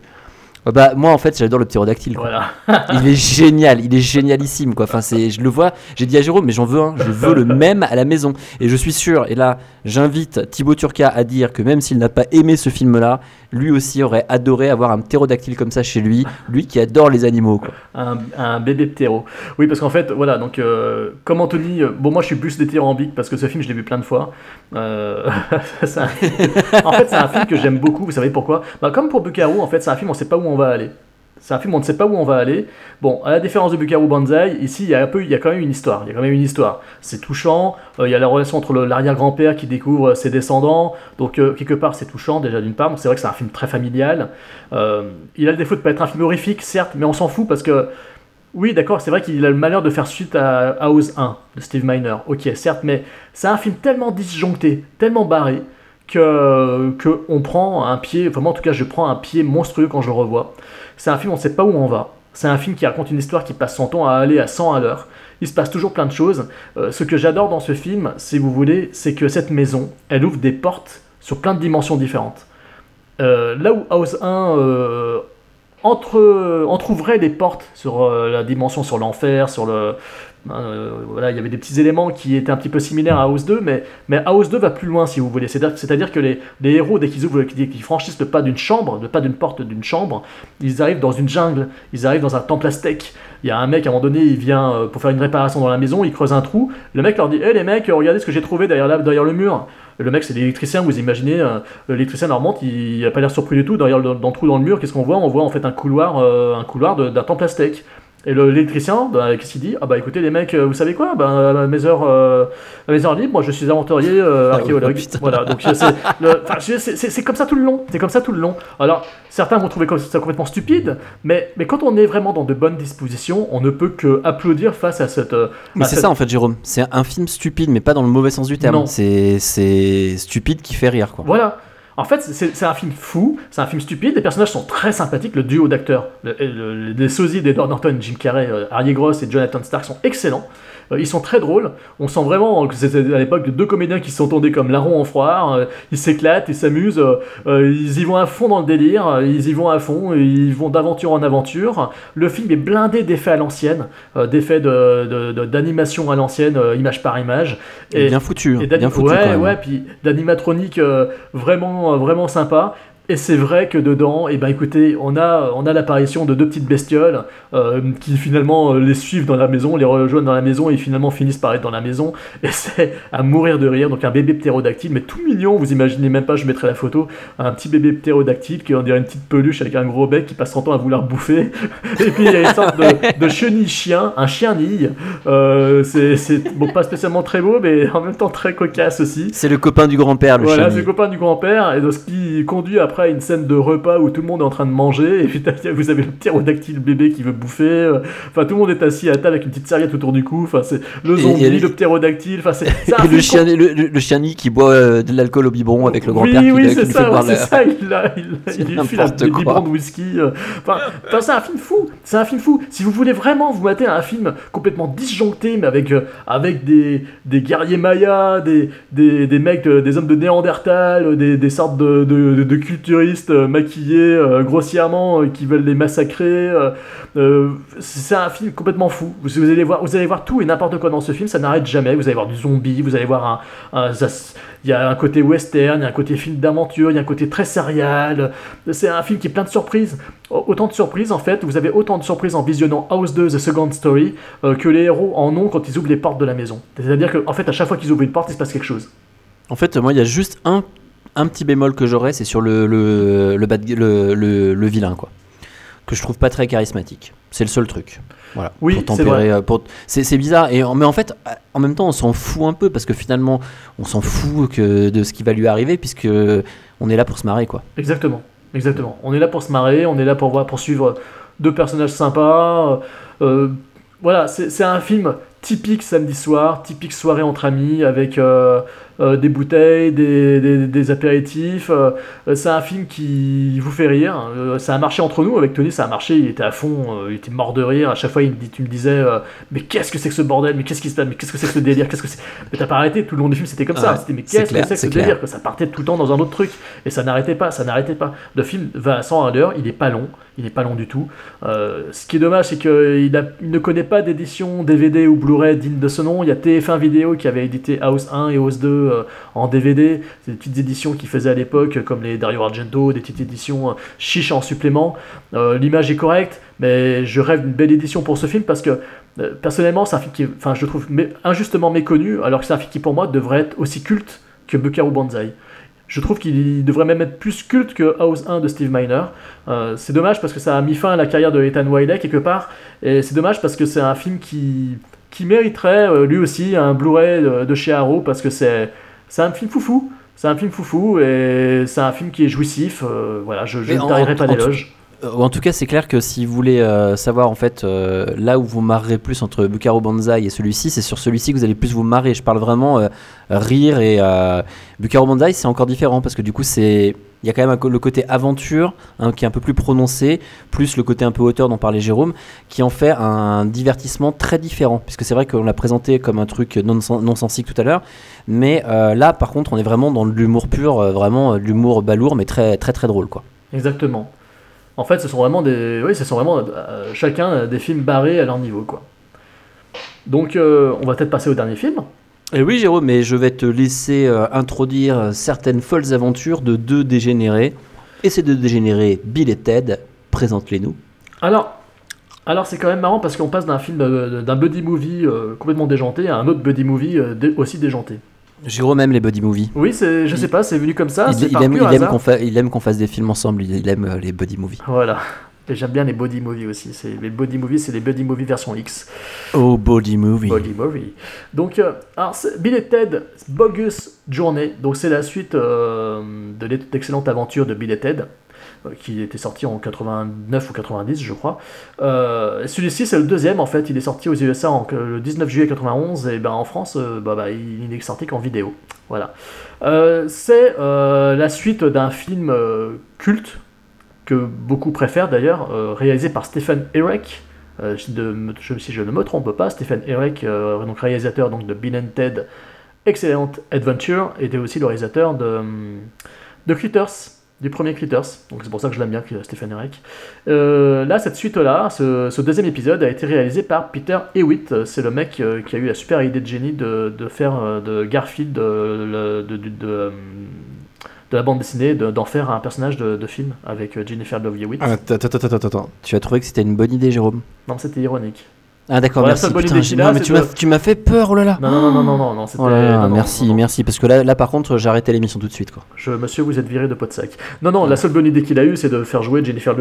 Moi en fait j'adore le ptérodactyle, quoi. Voilà. Il est génialissime, quoi. Enfin, je le vois, j'ai dit à Jérôme, mais j'en veux un, je veux le même à la maison, et je suis sûr, et là j'invite Thibaut Turca à dire que même s'il n'a pas aimé ce film là, lui aussi aurait adoré avoir un ptérodactyle comme ça chez lui qui adore les animaux, quoi. Un bébé ptéro. Oui, parce qu'en fait voilà, donc comme Anthony, moi je suis plus dithyrambique parce que ce film je l'ai vu plein de fois. En fait c'est un film que j'aime beaucoup, vous savez pourquoi? Comme pour Buckaroo, en fait c'est un film on sait pas où on va aller. C'est un film où on ne sait pas où on va aller. Bon, à la différence de Buckaroo Banzai, ici il y a quand même une histoire. C'est touchant. Il y a la relation entre l'arrière-grand-père qui découvre ses descendants. Donc quelque part c'est touchant déjà d'une part. Donc, c'est vrai que c'est un film très familial. Il a le défaut de ne pas être un film horrifique, certes, mais on s'en fout parce que oui, d'accord, c'est vrai qu'il a le malheur de faire suite à House 1 de Steve Miner. Ok, certes, mais c'est un film tellement disjoncté, tellement barré que on prend un pied. Vraiment, en tout cas, je prends un pied monstrueux quand je le revois. C'est un film, on ne sait pas où on va. C'est un film qui raconte une histoire qui passe son temps à aller à 100 à l'heure. Il se passe toujours plein de choses. Ce que j'adore dans ce film, si vous voulez, c'est que cette maison, elle ouvre des portes sur plein de dimensions différentes. Là où House 1 entrouvrait des portes sur la dimension sur l'enfer, sur le... il y avait des petits éléments qui étaient un petit peu similaires à House 2, mais House 2 va plus loin, si vous voulez. C'est-à-dire que les héros, dès qu'ils franchissent le pas d'une chambre, le pas d'une porte d'une chambre, ils arrivent dans une jungle, ils arrivent dans un temple aztèque. Il y a un mec, à un moment donné, il vient pour faire une réparation dans la maison, il creuse un trou, le mec leur dit « Hey les mecs, regardez ce que j'ai trouvé derrière le mur !» Le mec, c'est l'électricien, vous imaginez, l'électricien leur monte, il n'a pas l'air surpris du tout, dans le trou dans le mur, qu'est-ce qu'on voit? On voit en fait un couloir d'un temple aztèque. Et l'électricien, qu'est-ce qu'il dit? Écoutez les mecs, vous savez quoi? À mes heures libres, moi je suis aventurier archéologue. Voilà, donc c'est comme ça tout le long. C'est comme ça tout le long. Alors, certains vont trouver ça complètement stupide, mais quand on est vraiment dans de bonnes dispositions, on ne peut que applaudir face à cette... Mais c'est ça en fait, Jérôme. C'est un film stupide, mais pas dans le mauvais sens du terme. Non. C'est stupide qui fait rire, quoi. Voilà. En fait, c'est un film fou, c'est un film stupide, les personnages sont très sympathiques, le duo d'acteurs, les sosies d'Edward Norton, Jim Carrey, Harry Gross et Jonathan Stark sont excellents. Ils sont très drôles, on sent vraiment que c'était à l'époque de deux comédiens qui s'entendaient comme larrons en foire, ils s'éclatent, ils s'amusent, ils y vont à fond dans le délire, ils y vont à fond, ils vont d'aventure en aventure. Le film est blindé d'effets à l'ancienne, d'effets d'animation à l'ancienne, image par image. Et bien foutu, bien foutu. Ouais, puis d'animatronique vraiment sympa. Et c'est vrai que dedans, écoutez, on a l'apparition de deux petites bestioles qui finalement les suivent dans la maison, les rejoignent dans la maison et finalement finissent par être dans la maison. Et c'est à mourir de rire. Donc un bébé ptérodactyle, mais tout mignon, vous imaginez même pas, je mettrai la photo, un petit bébé ptérodactyle qui on dirait une petite peluche avec un gros bec qui passe son temps à vouloir bouffer. Et puis il y a une sorte de chenille-chien, un chien-nille. C'est bon, pas spécialement très beau, mais en même temps très cocasse aussi. C'est le copain du grand-père, le Voilà, chien. c'est le copain du grand-père, et donc, ce qui conduit après une scène de repas où tout le monde est en train de manger, et puis vous avez le ptérodactyle bébé qui veut bouffer, enfin tout le monde est assis à table avec une petite serviette autour du cou, enfin c'est le zombie, le ptérodactyle, enfin c'est et le chien-nid qui boit de l'alcool au biberon avec le grand-père qui oui, lui c'est fait ça, boire c'est ça, il lui file un n'importe quoi. biberon de whisky, enfin c'est un film fou, si vous voulez vraiment vous mater un film complètement disjoncté, mais avec des guerriers mayas, des mecs, des hommes de Néandertal, des sortes de culturistes maquillés grossièrement qui veulent les massacrer. C'est un film complètement fou. Vous allez voir tout et n'importe quoi dans ce film, ça n'arrête jamais. Vous allez voir du zombie, vous allez voir il y a un côté western, il y a un côté film d'aventure, il y a un côté très serial. C'est un film qui est plein de surprises. Autant de surprises, en fait, vous avez autant de surprises en visionnant House 2 The Second Story que les héros en ont quand ils ouvrent les portes de la maison. C'est-à-dire qu'en fait, à chaque fois qu'ils ouvrent une porte, il se passe quelque chose. En fait, moi, il y a juste un petit bémol que j'aurais, c'est sur le vilain, quoi. Que je trouve pas très charismatique. C'est le seul truc. Voilà. Oui, pour tempérer, c'est bizarre. Mais en fait, en même temps, on s'en fout un peu parce que finalement, on s'en fout de ce qui va lui arriver puisque on est là pour se marrer, quoi. Exactement. On est là pour se marrer, on est là pour suivre deux personnages sympas. Voilà, c'est un film typique samedi soir, typique soirée entre amis avec des bouteilles, des apéritifs. C'est un film qui vous fait rire. Ça a marché entre nous avec Tony, ça a marché. Il était à fond, il était mort de rire. À chaque fois, tu me disais mais qu'est-ce que c'est que ce bordel, mais qu'est-ce qui se passe, mais qu'est-ce que c'est que ce délire, qu'est-ce que c'est. Mais t'as pas arrêté. Tout le long du film, c'était comme ça. C'était mais qu'est-ce que c'est que ce délire, que ça partait tout le temps dans un autre truc et ça n'arrêtait pas. Le film va à 100 à l'heure. Il est pas long du tout. Ce qui est dommage, c'est qu'il ne connaît pas d'édition DVD ou Blu-ray digne de ce nom. Il y a TF1 Vidéo qui avait édité House 1 et House 2 en DVD. C'est des petites éditions qu'ils faisaient à l'époque, comme les Dario Argento, des petites éditions chiches en supplément. L'image est correcte, mais je rêve d'une belle édition pour ce film parce que personnellement, c'est un film qui est, je trouve injustement méconnu, alors que c'est un film qui pour moi devrait être aussi culte que Buckaroo Banzai. Je trouve qu'il devrait même être plus culte que House 1 de Steve Miner. C'est dommage parce que ça a mis fin à la carrière de Ethan Wiley quelque part, et c'est dommage parce que c'est un film qui mériterait lui aussi un Blu-ray de chez Arrow parce que c'est un film foufou. C'est un film foufou et c'est un film qui est jouissif. Voilà, je ne tarirai pas d'éloges. En tout cas, c'est clair que si vous voulez savoir en fait là où vous marrerez plus entre Buckaroo Banzai et celui-ci, c'est sur celui-ci que vous allez plus vous marrer. Je parle vraiment rire et Buckaroo Banzai, c'est encore différent parce que du coup il y a quand même le côté aventure qui est un peu plus prononcé, plus le côté un peu auteur dont parlait Jérôme, qui en fait un divertissement très différent, puisque c'est vrai qu'on l'a présenté comme un truc non-sensique tout à l'heure, mais là par contre on est vraiment dans l'humour pur, vraiment l'humour balourd, mais très très très drôle, quoi. Exactement. En fait, ce sont vraiment chacun des films barrés à leur niveau, quoi. Donc on va peut-être passer au dernier film. Et oui Jérôme, mais je vais te laisser introduire certaines folles aventures de deux dégénérés. Et ces deux dégénérés, Bill et Ted, présente-les-nous. Alors c'est quand même marrant parce qu'on passe d'un film, d'un buddy movie complètement déjanté à un autre buddy movie aussi déjanté. Jérôme aime les buddy movies. Oui, je sais pas, c'est venu comme ça. Il aime qu'on fasse des films ensemble, il aime les buddy movies. Voilà. Et j'aime bien les body movies aussi. Les body movies, c'est les buddy movies version X. Oh, body movie. Donc, Bill et Ted, Bogus Journey. Donc, c'est la suite de l'excellente aventure de Bill et Ted, qui était sorti en 89 ou 90, je crois. Celui-ci, c'est le deuxième, en fait. Il est sorti aux USA le 19 juillet 91, et en France, il n'est sorti qu'en vidéo. Voilà. C'est la suite d'un film culte, que beaucoup préfèrent d'ailleurs, réalisé par Stephen Herek, si je ne me trompe pas. Stephen Herek, donc réalisateur donc, de Bill and Ted Excellent Adventure, était aussi le réalisateur de Critters, du premier Critters, donc c'est pour ça que je l'aime bien, Stephen Herek. Là, cette suite-là, ce deuxième épisode a été réalisé par Peter Hewitt. C'est le mec qui a eu la super idée de génie de faire de Garfield de de la bande dessinée, d'en faire un personnage de film avec Jennifer Love Hewitt. Attends. Tu as trouvé que c'était une bonne idée, Jérôme? Non, c'était ironique. Ah d'accord, Voilà, merci. seule bonne Putain, idée qu'il a, non, mais c'est tu m'as fait peur, oh là là. Non, c'était... Oh là là, non, merci, parce que là par contre, j'ai arrêté l'émission tout de suite, quoi. Monsieur, vous êtes viré de Podsac. Non, la seule bonne idée qu'il a eue, c'est de faire jouer Jennifer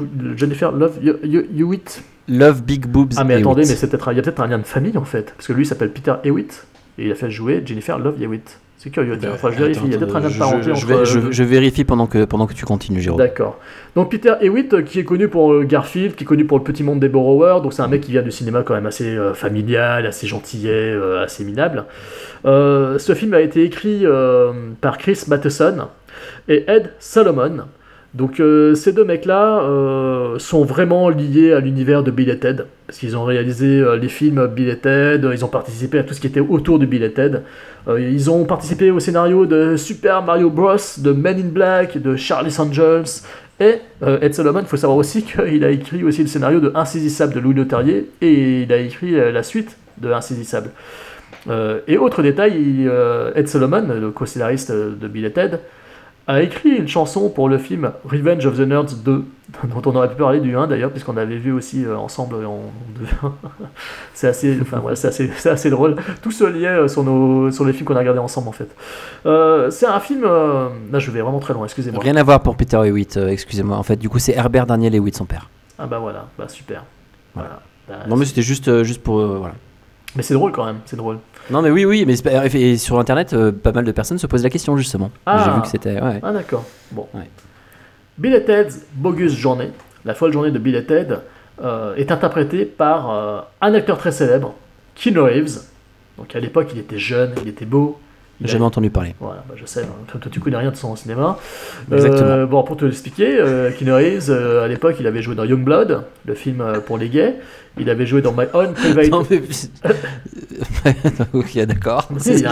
Love Hewitt. Love Big Boobs. Ah mais attendez, Hewitt. mais il y a peut-être un lien de famille en fait, parce que lui il s'appelle Peter Hewitt et il a fait jouer Jennifer Love Hewitt. C'est curieux, enfin, je vérifie, il y a peut-être un lien de parenté entre... Je vérifie pendant que tu continues, Jérôme. D'accord. Donc Peter Hewitt, qui est connu pour Garfield, qui est connu pour Le Petit Monde des Borrowers, donc c'est un mec qui vient du cinéma quand même assez familial, assez gentillet, assez minable. Ce film a été écrit par Chris Matheson et Ed Solomon. Donc ces deux mecs-là sont vraiment liés à l'univers de Bill et Ted, parce qu'ils ont réalisé les films Bill et Ted, ils ont participé à tout ce qui était autour de Bill et Ted. Ils ont participé au scénario de Super Mario Bros, de Men in Black, de Charlie's Angels, et Ed Solomon, il faut savoir aussi qu'il a écrit aussi le scénario de Insaisissable de Louis Leterrier, et il a écrit la suite de Insaisissable. Et autre détail, Ed Solomon, le co-scénariste de Bill et Ted, a écrit une chanson pour le film Revenge of the Nerds 2, dont on aurait pu parler du 1 d'ailleurs, puisqu'on avait vu aussi ensemble en 2. c'est assez drôle. Tout se liait sur les films qu'on a regardés ensemble en fait. C'est un film... Là je vais vraiment très loin, excusez-moi. Rien à voir pour Peter Hewitt, excusez-moi. En fait, du coup, c'est Herbert Daniel Hewitt, son père. Ah bah voilà, bah super. Voilà. Non mais c'était juste pour... voilà. Mais c'est drôle quand même, c'est drôle. Non mais oui, mais et sur internet, pas mal de personnes se posent la question justement. J'ai vu que c'était... Ouais. Ah d'accord, bon. Ouais. Bill et Ted's Bogus Journey, la folle journée de Bill et Ted, est interprété par un acteur très célèbre, Keanu Reeves. Donc à l'époque, il était jeune, il était beau. J'ai jamais entendu parler. Voilà, bah je sais, toi tu connais rien de son cinéma. Exactement. Bon, pour te l'expliquer, Keanu Reeves, à l'époque, il avait joué dans Youngblood, le film pour les gays. Il avait joué dans My Own Private... Non, mais... ok, d'accord.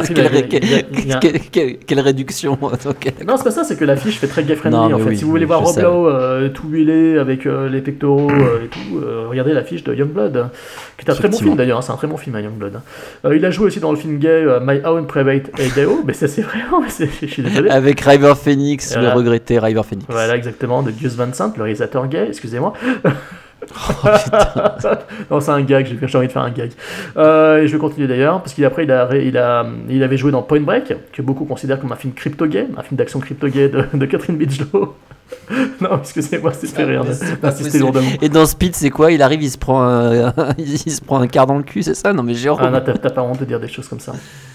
Quelle réduction. Okay, non, c'est pas ça, c'est que l'affiche fait très gay-friendly en fait. Si vous voulez voir Rob Lowe tout huilé avec les pectoraux et tout, regardez l'affiche de Youngblood, qui est un très bon film d'ailleurs, c'est un très bon film, Youngblood. Il a joué aussi dans le film gay My Own Private Idaho, mais ça c'est vraiment, je suis désolé. Avec River Phoenix, le regretté River Phoenix. Voilà, exactement, de Gus Van Sant, le réalisateur gay, excusez-moi. Oh, non, c'est un gag, j'ai envie de faire un gag. Et je vais continuer d'ailleurs, parce qu'après il avait joué dans Point Break, que beaucoup considèrent comme un film crypto-gay, un film d'action crypto-gay de Catherine Bigelow. Non, excusez-moi, c'est fait rire d'insister lourdement. Et dans Speed, c'est quoi? Il arrive, il se prend un quart dans le cul, c'est ça? Non mais Jérôme. Ah non, t'as pas honte de dire des choses comme ça.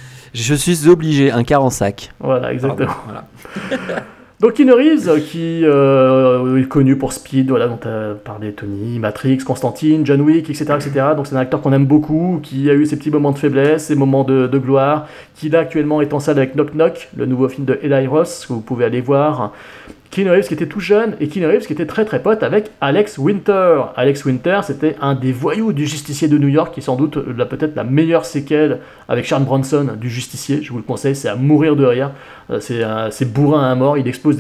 Je suis obligé, un quart en sac. Voilà, exactement. Voilà. Donc Keanu Reeves, qui est connu pour Speed, voilà, dont tu as parlé Tony, Matrix, Constantine, John Wick, etc. Donc c'est un acteur qu'on aime beaucoup, qui a eu ses petits moments de faiblesse, ses moments de gloire, qui là actuellement est en salle avec Knock Knock, le nouveau film de Eli Roth, que vous pouvez aller voir. Keanu Reeves qui était tout jeune, et Keanu Reeves qui était très très pote avec Alex Winter. Alex Winter, c'était un des voyous du Justicier de New York, qui est sans doute peut-être la meilleure séquelle avec Charles Bronson du Justicier, je vous le conseille, c'est à mourir de rire. C'est bourrin à mort, il expose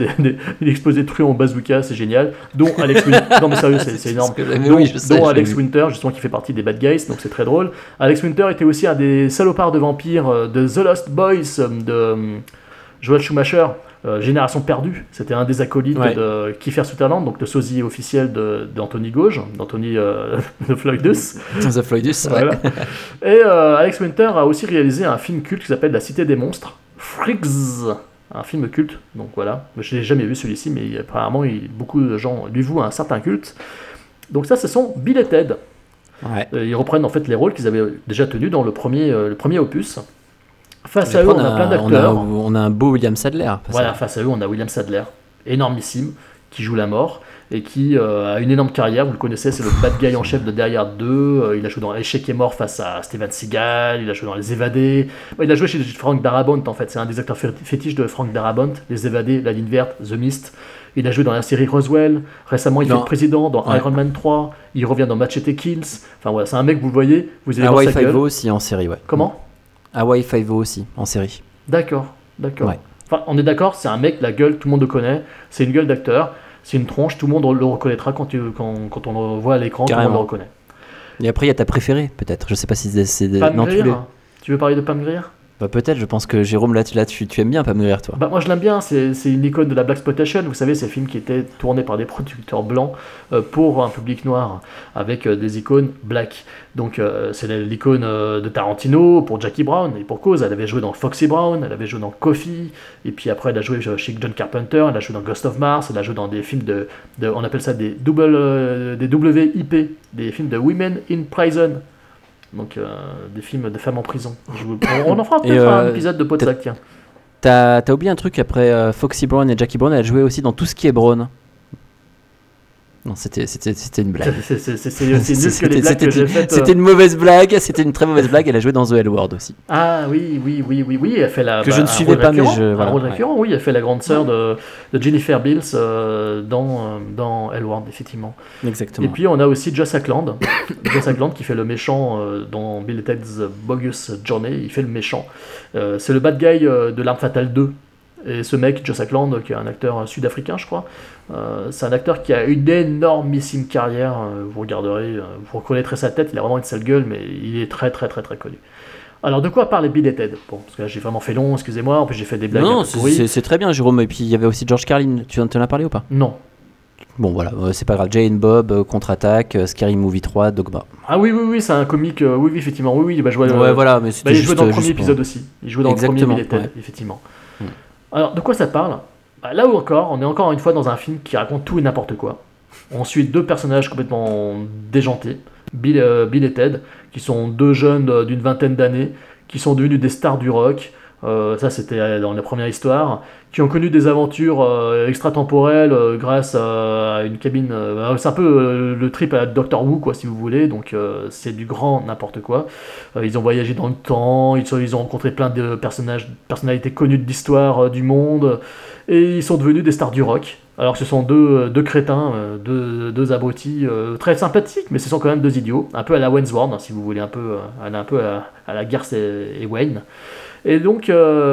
des trucs en bazooka, c'est génial. Dont Alex Winter, non mais sérieux, c'est énorme. Dont Alex Winter, justement, qui fait partie des Bad Guys, donc c'est très drôle. Alex Winter était aussi un des salopards de vampires de The Lost Boys de Joel Schumacher. Génération perdue, c'était un des acolytes de Kiefer Sutherland, donc le sosie officiel d'Anthony Gauge, d'Anthony The Floydus. The Floydus, voilà. Et Alex Winter a aussi réalisé un film culte qui s'appelle La Cité des Monstres, Freaks, un film culte, donc voilà. Je l'ai jamais vu celui-ci, mais apparemment beaucoup de gens lui vouent un certain culte. Donc ça, ce sont Bill et Ted. Ouais. Ils reprennent en fait les rôles qu'ils avaient déjà tenus dans le premier opus. Face à eux, on a plein d'acteurs. On a un beau William Sadler. Voilà, face à eux, on a William Sadler, énormissime, qui joue la mort et qui a une énorme carrière. Vous le connaissez, c'est le bad guy en chef de Derrière 2. Il a joué dans Échec et mort face à Steven Seagal. Il a joué dans Les Évadés. Il a joué chez Frank Darabont, en fait. C'est un des acteurs fétiches de Frank Darabont. Les Évadés, La Ligne Verte, The Mist. Il a joué dans la série Roswell. Récemment, il fait le président dans Iron Man 3. Il revient dans Machete Kills. Enfin voilà, c'est un mec, vous le voyez, vous allez voir sa gueule. Hawaii 5-0 aussi en série, ouais. Comment ? Hawaii 5-0 aussi en série. D'accord. Ouais. Enfin, on est d'accord, c'est un mec, la gueule, tout le monde le connaît. C'est une gueule d'acteur. C'est une tronche, tout le monde le reconnaîtra quand on le voit à l'écran, tout le monde le reconnaît. Et après, il y a ta préférée, peut-être. Je sais pas si c'est Pam non, Grier. Tu veux parler de Pam Grier ? Bah, peut-être, je pense que Jérôme, là tu aimes bien pas mourir, toi. Bah, moi je l'aime bien, c'est une icône de la Blaxploitation, vous savez, ces films qui étaient tournés par des producteurs blancs pour un public noir, avec des icônes black. Donc c'est l'icône de Tarantino pour Jackie Brown, et pour cause, elle avait joué dans Foxy Brown, elle avait joué dans Coffy, et puis après elle a joué chez John Carpenter, elle a joué dans Ghost of Mars, elle a joué dans des films on appelle ça des WIP, des films de Women in Prison. Donc des films de femmes en prison. On en fera peut-être un épisode de Podsac, tiens. T'as oublié un truc après Foxy Brown et Jackie Brown, elle a joué aussi dans Tout ce qui est Brown. Non, c'était une blague. C'est nul que les blagues que j'ai faites. C'était une mauvaise blague, c'était une très mauvaise blague. Elle a joué dans The L Word aussi. Ah oui, elle fait la. Que je ne suivais pas, mais je. Un rôle récurrent, oui, elle fait la grande sœur de Jennifer Beals dans L Word, effectivement. Exactement. Et puis on a aussi Joss Ackland, qui fait le méchant dans Bill et Ted's Bogus Journey. Il fait le méchant. C'est le bad guy de L'Arme Fatale 2. Et ce mec, Joss Ackland, qui est un acteur sud-africain, je crois, c'est un acteur qui a une énormissime carrière. Vous regarderez, vous reconnaîtrez sa tête, il a vraiment une sale gueule, mais il est très très très très connu. Alors de quoi parle Bill et Ted ? Bon, parce que là j'ai vraiment fait long, excusez-moi, en plus j'ai fait des blagues. Non, c'est très bien, Jérôme. Et puis il y avait aussi George Carlin, tu en as parlé ou pas ? Non. Bon voilà, c'est pas grave. Jay and Bob, Contre-attaque, Scary Movie 3, Dogma. Ah oui, c'est un comique, oui, effectivement, oui, bah, voilà, mais c'était il jouait dans le premier épisode aussi. Il jouait dans Exactement, le premier Bill et Ted, effectivement. Alors, de quoi ça parle ? Bah, là où encore, on est encore une fois dans un film qui raconte tout et n'importe quoi. On suit deux personnages complètement déjantés, Bill et Ted, qui sont deux jeunes d'une vingtaine d'années, qui sont devenus des stars du rock. Ça, c'était dans la première histoire, qui ont connu des aventures extratemporelles grâce à une cabine. C'est un peu le trip à la Doctor Who, quoi, si vous voulez. Donc, c'est du grand n'importe quoi. Ils ont voyagé dans le temps, ils ont rencontré plein de personnalités connues de l'histoire du monde, et ils sont devenus des stars du rock. Alors, ce sont deux crétins, deux abrutis très sympathiques, mais ce sont quand même deux idiots, un peu à la Wayne's-World, si vous voulez, un peu à la Garth et Wayne. Et donc,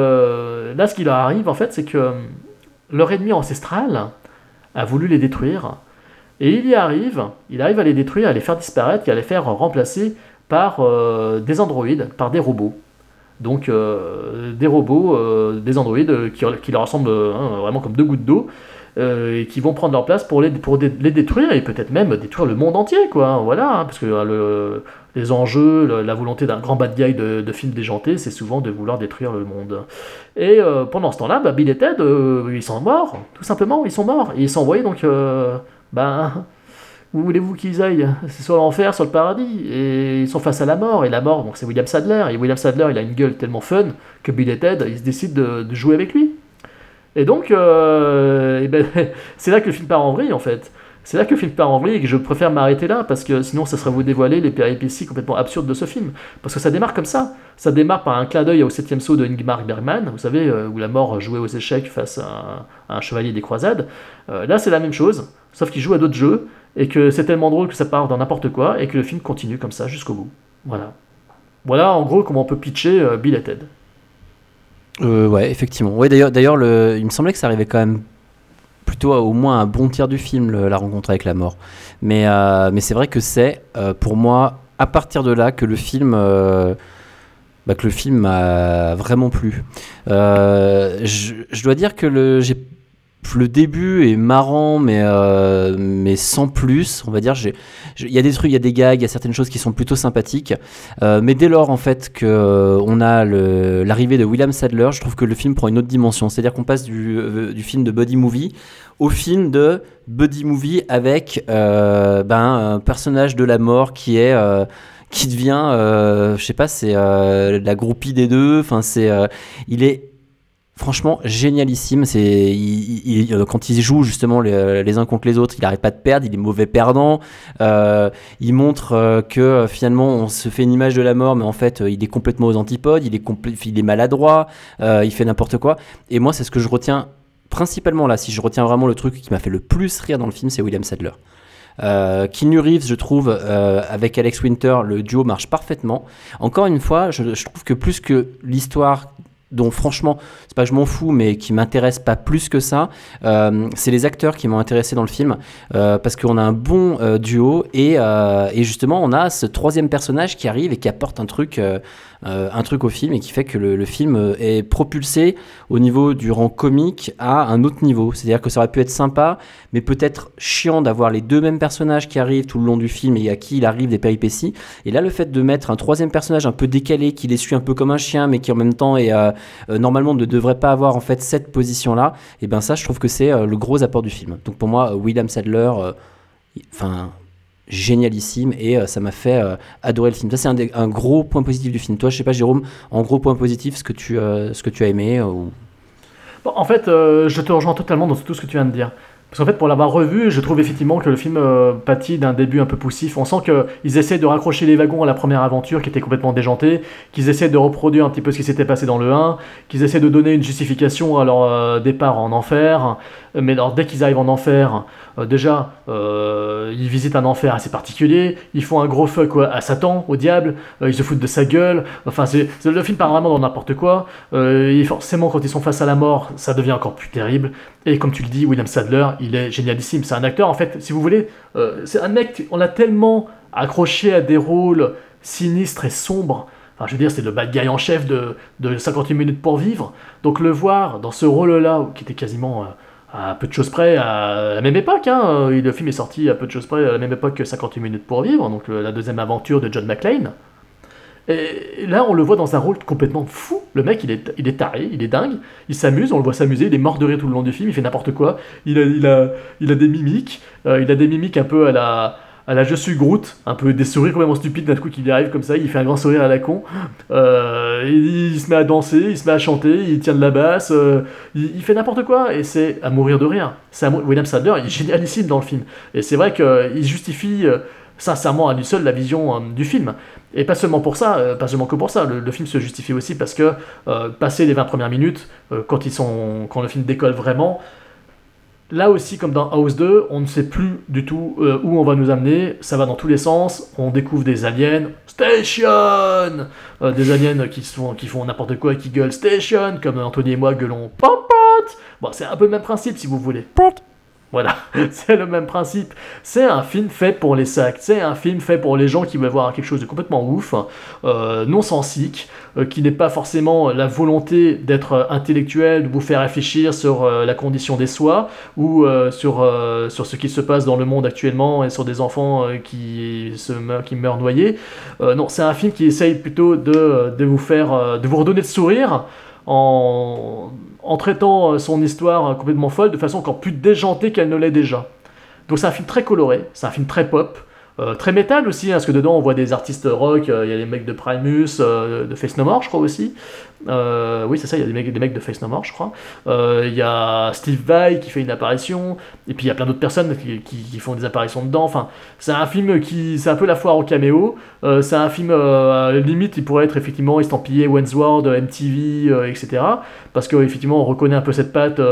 là, ce qui leur arrive, en fait, c'est que leur ennemi ancestral a voulu les détruire. Et il arrive à les détruire, à les faire disparaître, et à les faire remplacer par des androïdes, par des robots. Donc, des robots, des androïdes qui leur ressemblent vraiment comme deux gouttes d'eau, et qui vont prendre leur place pour les détruire, et peut-être même détruire le monde entier, quoi. Voilà, parce que les enjeux, la volonté d'un grand bad guy de film déjanté, c'est souvent de vouloir détruire le monde. Et pendant ce temps-là, Bill et Ted, ils sont morts, tout simplement, ils sont morts. Et ils sont envoyés, donc, où voulez-vous qu'ils aillent ? C'est soit l'enfer, soit le paradis. Et ils sont face à la mort, et la mort, donc c'est William Sadler. Et William Sadler, il a une gueule tellement fun que Bill et Ted, ils se décident de jouer avec lui. Et donc, c'est là que le film part en vrille, en fait. C'est là que le film part en vrille et que je préfère m'arrêter là, parce que sinon ça serait vous dévoiler les péripéties complètement absurdes de ce film. Parce que ça démarre comme ça. Ça démarre par un clin d'œil au 7e saut de Ingmar Bergman, vous savez, où la mort jouait aux échecs face à un chevalier des croisades. Là, c'est la même chose, sauf qu'il joue à d'autres jeux, et que c'est tellement drôle que ça part dans n'importe quoi, et que le film continue comme ça jusqu'au bout. Voilà en gros comment on peut pitcher Bill et Ted. Ouais, effectivement. Ouais, d'ailleurs, il me semblait que ça arrivait quand même plutôt au moins un bon tiers du film, la rencontre avec la mort. Mais c'est vrai que c'est, pour moi, à partir de là, que le film m'a vraiment plu. Je dois dire que le début est marrant, mais sans plus, on va dire. Il y a des trucs, il y a des gags, il y a certaines choses qui sont plutôt sympathiques. Mais dès lors, en fait, qu'on a l'arrivée de William Sadler, je trouve que le film prend une autre dimension. C'est-à-dire qu'on passe du film de buddy movie au film de buddy movie avec un personnage de la mort qui devient, je sais pas, c'est la groupie des deux. Enfin, il est franchement génialissime. Quand il joue justement les uns contre les autres, il n'arrête pas de perdre, il est mauvais perdant. Il montre que finalement on se fait une image de la mort, mais en fait il est complètement aux antipodes, il est maladroit, il fait n'importe quoi. Et moi c'est ce que je retiens principalement là. Si je retiens vraiment le truc qui m'a fait le plus rire dans le film, c'est William Sadler. Keanu Reeves, je trouve, avec Alex Winter, le duo marche parfaitement. Encore une fois, je trouve que plus que l'histoire, dont franchement, c'est pas que je m'en fous, mais qui m'intéresse pas plus que ça, c'est les acteurs qui m'ont intéressé dans le film, parce qu'on a un bon duo, et justement on a ce troisième personnage qui arrive et qui apporte un truc un truc au film et qui fait que le film est propulsé au niveau du rang comique à un autre niveau. C'est-à-dire que ça aurait pu être sympa, mais peut-être chiant d'avoir les deux mêmes personnages qui arrivent tout le long du film et à qui il arrive des péripéties. Et là, le fait de mettre un troisième personnage un peu décalé, qui les suit un peu comme un chien, mais qui en même temps est, normalement ne devrait pas avoir en fait cette position-là, et ben ça, je trouve que c'est le gros apport du film. Donc pour moi, William Sadler, génialissime, et ça m'a fait adorer le film. Ça, c'est un gros point positif du film. Toi, je sais pas, Jérôme, en gros point positif, ce que tu as aimé ou... Bon, en fait, je te rejoins totalement dans tout ce que tu viens de dire. Parce qu'en fait, pour l'avoir revu, je trouve effectivement que le film pâtit d'un début un peu poussif. On sent qu'ils essaient de raccrocher les wagons à la première aventure qui était complètement déjantée, qu'ils essaient de reproduire un petit peu ce qui s'était passé dans le 1, qu'ils essaient de donner une justification à leur départ en enfer. Mais alors, dès qu'ils arrivent en enfer, déjà, ils visitent un enfer assez particulier, ils font un gros fuck à Satan, au diable, ils se foutent de sa gueule. Enfin, le film part vraiment dans n'importe quoi. Et forcément, quand ils sont face à la mort, ça devient encore plus terrible. Et comme tu le dis, William Sadler, il est génialissime. C'est un acteur, en fait, si vous voulez, c'est un mec, on l'a tellement accroché à des rôles sinistres et sombres. Enfin, je veux dire, c'est le bad guy en chef de 58 minutes pour vivre. Donc le voir dans ce rôle-là, qui était quasiment à peu de choses près, à la même époque, hein, le film est sorti à peu de choses près à la même époque que 58 minutes pour vivre, donc la deuxième aventure de John McClane. Et là, on le voit dans un rôle complètement fou. Le mec, il est taré, il est dingue, il s'amuse, on le voit s'amuser, il est mort de rire tout le long du film, il fait n'importe quoi. Il a des mimiques, un peu à la Je suis Groot, un peu des sourires complètement stupides d'un coup qui lui arrive comme ça, il fait un grand sourire à la con. Il se met à danser, il se met à chanter, il tient de la basse, il fait n'importe quoi, et c'est à mourir de rire. William Sadler, il est génialissime dans le film. Et c'est vrai qu'il justifie sincèrement à lui seul la vision du film. Et pas seulement pour ça, pas seulement que pour ça, le film se justifie aussi parce que passé les 20 premières minutes, quand le film décolle vraiment, là aussi, comme dans House 2, on ne sait plus du tout où on va nous amener, ça va dans tous les sens, on découvre des aliens, Station, des aliens qui font n'importe quoi et qui gueulent Station, comme Anthony et moi gueulons Pot Pot. Bon, c'est un peu le même principe si vous voulez. Pot. Voilà, c'est le même principe. C'est un film fait pour les sacs, c'est un film fait pour les gens qui veulent voir quelque chose de complètement ouf, non sensique, qui n'est pas forcément la volonté d'être intellectuel, de vous faire réfléchir sur la condition des soi, ou sur ce qui se passe dans le monde actuellement et sur des enfants qui meurent noyés. Non, c'est un film qui essaye plutôt de vous redonner le sourire en traitant son histoire complètement folle de façon encore plus déjantée qu'elle ne l'est déjà. Donc c'est un film très coloré, c'est un film très pop, très métal aussi, hein, parce que dedans on voit des artistes rock, il y a les mecs de Primus, de Faith No More je crois aussi. Oui c'est ça, il y a des mecs de Faith No More je crois. Il y a Steve Vai qui fait une apparition, et puis il y a plein d'autres personnes qui font des apparitions dedans. Enfin, c'est un film c'est un peu la foire au caméo. C'est un film limite il pourrait être effectivement estampillé Wentworth, MTV, etc. Parce qu'effectivement on reconnaît un peu cette patte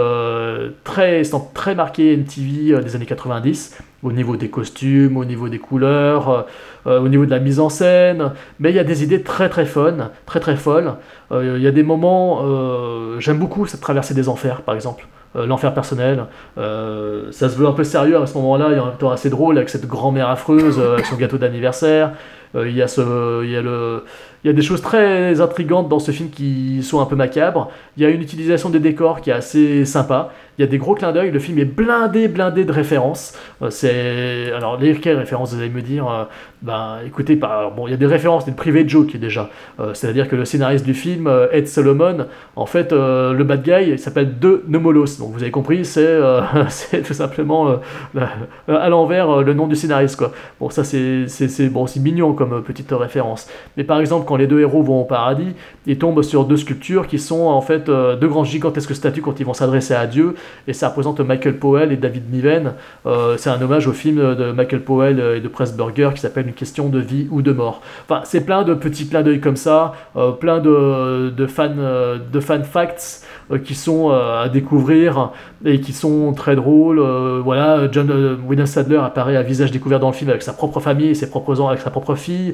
très marquée MTV des années 90, au niveau des costumes, au niveau des couleurs, au niveau de la mise en scène, mais il y a des idées très très fun, très très folles. Il y a des moments, j'aime beaucoup cette traversée des enfers par exemple, l'enfer personnel, ça se veut un peu sérieux à ce moment-là, et en même temps assez drôle avec cette grand-mère affreuse, avec son gâteau d'anniversaire. Il y a des choses très intrigantes dans ce film qui sont un peu macabres. Il y a une utilisation des décors qui est assez sympa. Il y a des gros clins d'œil. Le film est blindé de références. Alors, lesquelles références, vous allez me dire écoutez, il y a des références, des private jokes déjà. C'est-à-dire que le scénariste du film, Ed Solomon, en fait, le bad guy, il s'appelle De Nomolos. Donc, vous avez compris, c'est tout simplement à l'envers le nom du scénariste, quoi. Bon, ça, c'est mignon comme petite référence. Mais par exemple, quand les deux héros vont au paradis, ils tombent sur deux sculptures qui sont en fait deux grandes gigantesques statues quand ils vont s'adresser à Dieu, et ça représente Michael Powell et David Niven. C'est un hommage au film de Michael Powell et de Pressburger qui s'appelle Une question de vie ou de mort. Enfin, c'est plein de petits clins d'œil comme ça, plein de fan facts qui sont à découvrir et qui sont très drôles. Voilà, William Sadler apparaît à visage découvert dans le film avec sa propre famille, ses propres enfants, avec sa propre fille.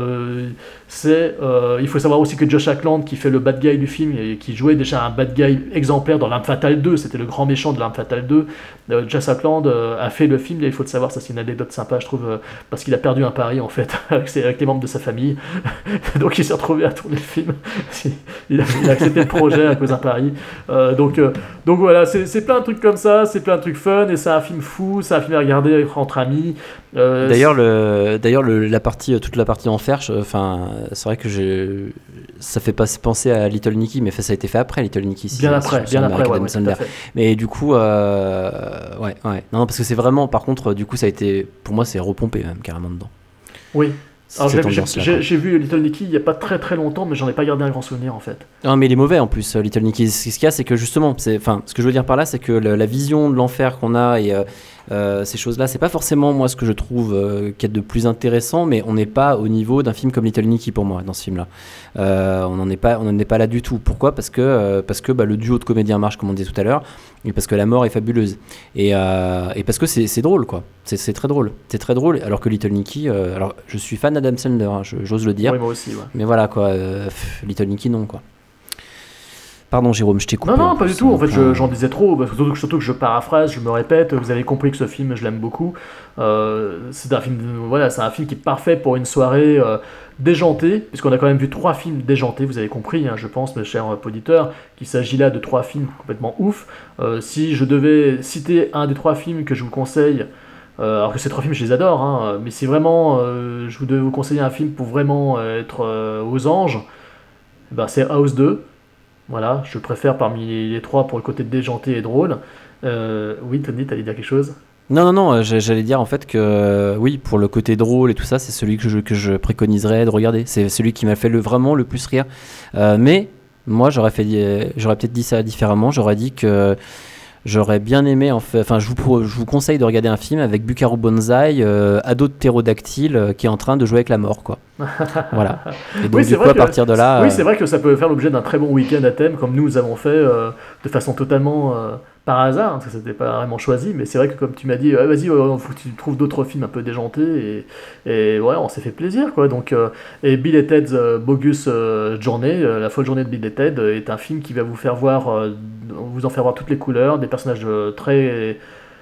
Il faut savoir aussi que Josh Ackland, qui fait le bad guy du film et qui jouait déjà un bad guy exemplaire dans L'Arme Fatale 2, c'était le grand méchant de L'Arme Fatale 2. Jess Ackland a fait le film, et il faut le savoir, ça c'est une anecdote sympa je trouve, parce qu'il a perdu un pari en fait avec les membres de sa famille, donc il s'est retrouvé à tourner le film. il a accepté le projet à cause d'un pari, donc voilà, c'est plein de trucs comme ça, c'est plein de trucs fun, et c'est un film fou, c'est un film à regarder entre amis. D'ailleurs, la partie, toute la partie enfer, enfin, c'est vrai que ça fait pas penser à Little Nicky, mais ça a été fait après Little Nicky. Bien après, ouais, tout à fait. Mais du coup, ouais. Non, parce que c'est vraiment, par contre, du coup, ça a été, pour moi, c'est repompé même carrément dedans. Oui. Alors j'ai vu Little Nicky il n'y a pas très très longtemps, mais j'en ai pas gardé un grand souvenir en fait. Non, mais il est mauvais en plus, Little Nicky. Ce qu'il y a, c'est que justement, ce que je veux dire par là, c'est que la vision de l'enfer qu'on a et ces choses-là, c'est pas forcément moi ce que je trouve qu'il y a de plus intéressant, mais on n'est pas au niveau d'un film comme Little Nicky pour moi dans ce film-là. On n'en est pas là du tout. Pourquoi ? Parce que le duo de comédiens marche, comme on disait tout à l'heure, et parce que la mort est fabuleuse et parce que c'est drôle quoi. C'est très drôle. C'est très drôle. Alors que Little Nicky, alors je suis fan d'Adam Sandler, hein, j'ose le dire. Oui, moi aussi. Ouais. Mais voilà quoi, Little Nicky non quoi. Pardon Jérôme, je t'ai coupé. Non, pas du tout. En fait, j'en disais trop. Surtout que je paraphrase, je me répète. Vous avez compris que ce film, je l'aime beaucoup. C'est un film, c'est un film qui est parfait pour une soirée déjantée, puisqu'on a quand même vu 3 films déjantés. Vous avez compris, hein, je pense, mes chers auditeurs, qu'il s'agit là de 3 films complètement ouf. Si je devais citer un des 3 films que je vous conseille, alors que ces 3 films, je les adore, hein, mais si vraiment je devais vous conseiller un film pour vraiment être aux anges, c'est House 2. Voilà, je préfère parmi les 3 pour le côté déjanté et drôle. Oui, Tony, t'allais dire quelque chose ? Non, j'allais dire en fait que oui, pour le côté drôle et tout ça, c'est celui que je préconiserais de regarder. C'est celui qui m'a fait vraiment le plus rire. Mais moi, j'aurais peut-être dit ça différemment. J'aurais dit que j'aurais bien aimé, je vous conseille de regarder un film avec Buckaroo Banzai, ado de ptérodactyle qui est en train de jouer avec la mort, quoi. Voilà. Et donc, à partir de là. Oui, c'est vrai que ça peut faire l'objet d'un très bon week-end à thème, comme nous avons fait de façon totalement par hasard, parce que c'était pas vraiment choisi, mais c'est vrai que comme tu m'as dit, vas-y, faut que tu trouves d'autres films un peu déjantés, et ouais, on s'est fait plaisir, quoi. Donc, et Bill et Ted's Bogus Journey, la folle journée de Bill et Ted, est un film qui va vous faire vous en faire voir toutes les couleurs, des personnages très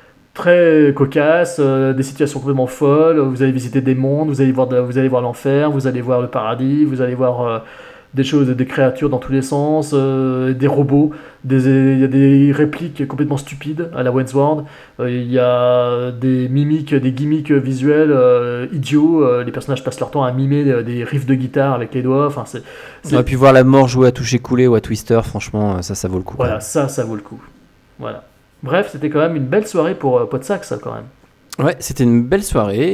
très cocasses, des situations complètement folles. Vous allez visiter des mondes, vous allez voir l'enfer, vous allez voir le paradis, vous allez voir des choses, des créatures dans tous les sens, des robots, il y a des répliques complètement stupides à la Wentworth, il y a des mimiques, des gimmicks visuels idiots, les personnages passent leur temps à mimer des riffs de guitare avec les doigts, enfin Et puis voir la mort jouer à toucher coulé ou à Twister, franchement, ça vaut le coup. Voilà, ça vaut le coup. Voilà. Bref, c'était quand même une belle soirée pour Podsac, ça, quand même. Ouais, c'était une belle soirée,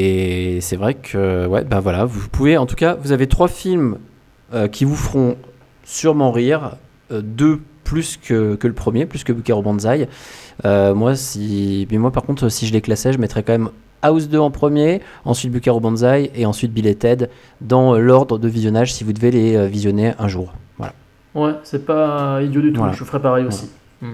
et c'est vrai que, voilà, vous pouvez, en tout cas, vous avez 3 films qui vous feront sûrement rire, 2 plus que le premier, plus que Buckaroo Banzai. Moi, par contre, si je les classais, je mettrais quand même House 2 en premier, ensuite Buckaroo Banzai, et ensuite Bill et Ted, dans l'ordre de visionnage, si vous devez les visionner un jour. Voilà. Ouais, c'est pas idiot du tout, voilà. Je ferais pareil aussi.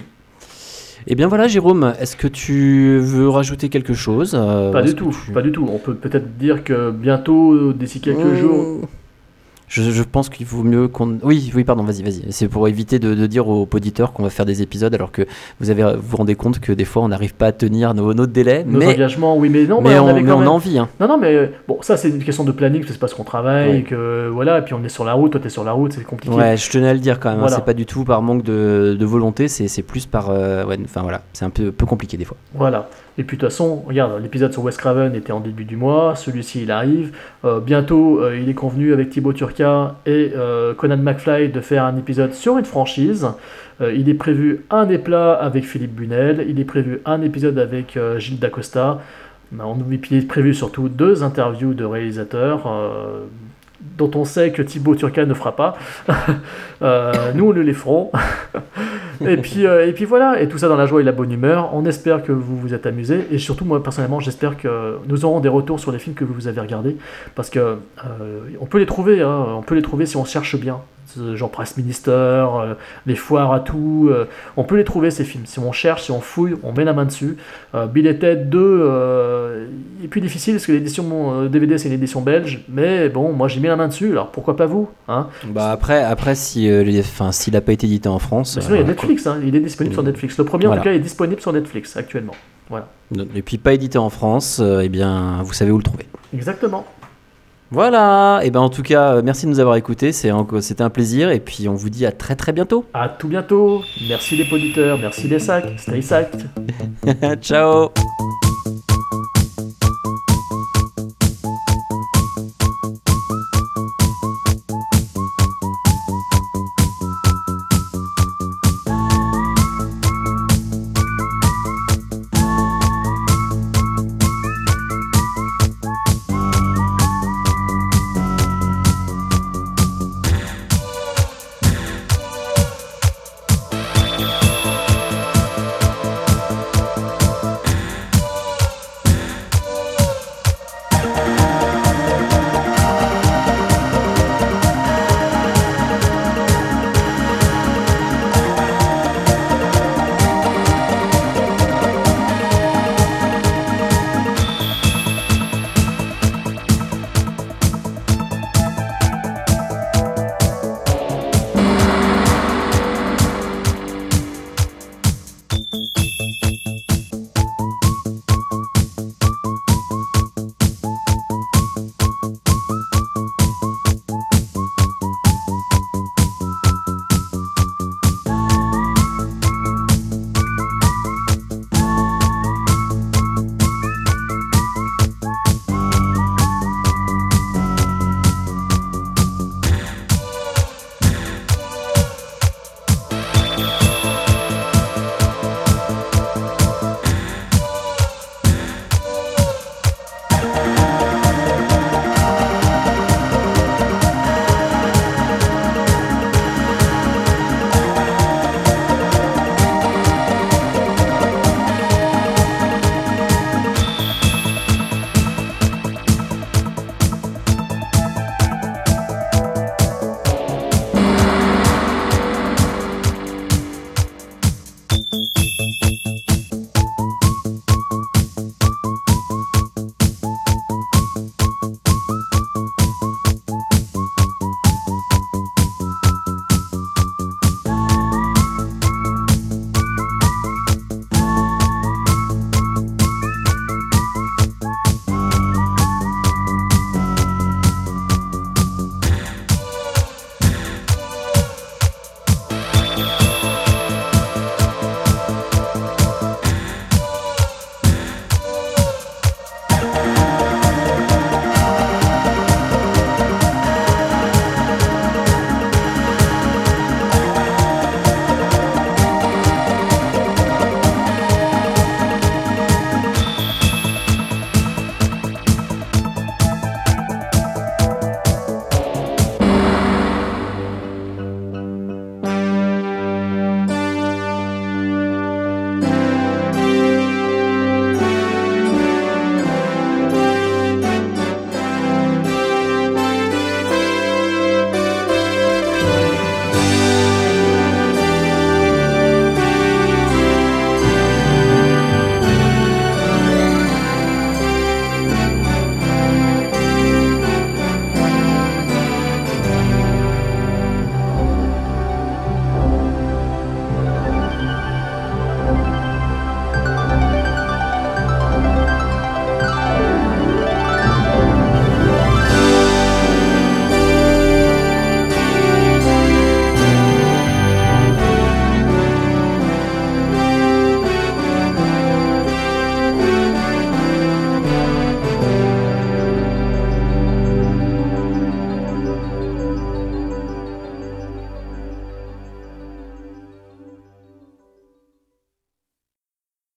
Et bien voilà, Jérôme, est-ce que tu veux rajouter quelque chose ? Pas du tout. On peut peut-être dire que bientôt, d'ici quelques jours... Je pense qu'il vaut mieux qu'on... Oui, pardon, vas-y. C'est pour éviter de dire aux auditeurs qu'on va faire des épisodes, alors que vous vous rendez compte que des fois, on n'arrive pas à tenir nos délais. Nos engagements, oui, mais non. Mais on a envie. Hein. Non, mais bon, ça, c'est une question de planning, c'est parce qu'on travaille, et que, voilà, et puis on est sur la route, toi, t'es sur la route, c'est compliqué. Ouais, je tenais à le dire quand même, voilà. C'est pas du tout par manque de volonté, c'est plus par... voilà, c'est un peu compliqué des fois. Voilà. Et puis de toute façon, regarde, l'épisode sur Wes Craven était en début du mois, celui-ci il arrive. Bientôt, il est convenu avec Thibaut Turca et Conan McFly de faire un épisode sur une franchise. Il est prévu un éplat avec Philippe Bunel, il est prévu un épisode avec Gilles Dacosta. Et puis il est prévu surtout 2 interviews de réalisateurs dont on sait que Thibaut Turca ne fera pas. Nous, nous les ferons. et puis voilà, et tout ça dans la joie et la bonne humeur. On espère que vous vous êtes amusés, et surtout moi personnellement j'espère que nous aurons des retours sur les films que vous avez regardés, parce que on peut les trouver si on cherche bien. genre Press Minister, les foires à tout, on peut les trouver ces films. Si on cherche, si on fouille, on met la main dessus. Bill et Ted 2 est plus difficile parce que l'édition DVD c'est une édition belge, mais bon, moi j'ai mis la main dessus, alors pourquoi pas vous, hein? Bah après s'il n'a pas été édité en France. Mais sinon il y a Netflix, hein, il est disponible sur Netflix. Le premier en tout cas est disponible sur Netflix actuellement. Voilà. Et puis pas édité en France, eh bien vous savez où le trouver. Exactement. Voilà, et ben en tout cas, merci de nous avoir écoutés, c'était un plaisir, et puis on vous dit à très très bientôt. À tout bientôt. Merci les auditeurs, merci les sacs, stay sacked. Ciao.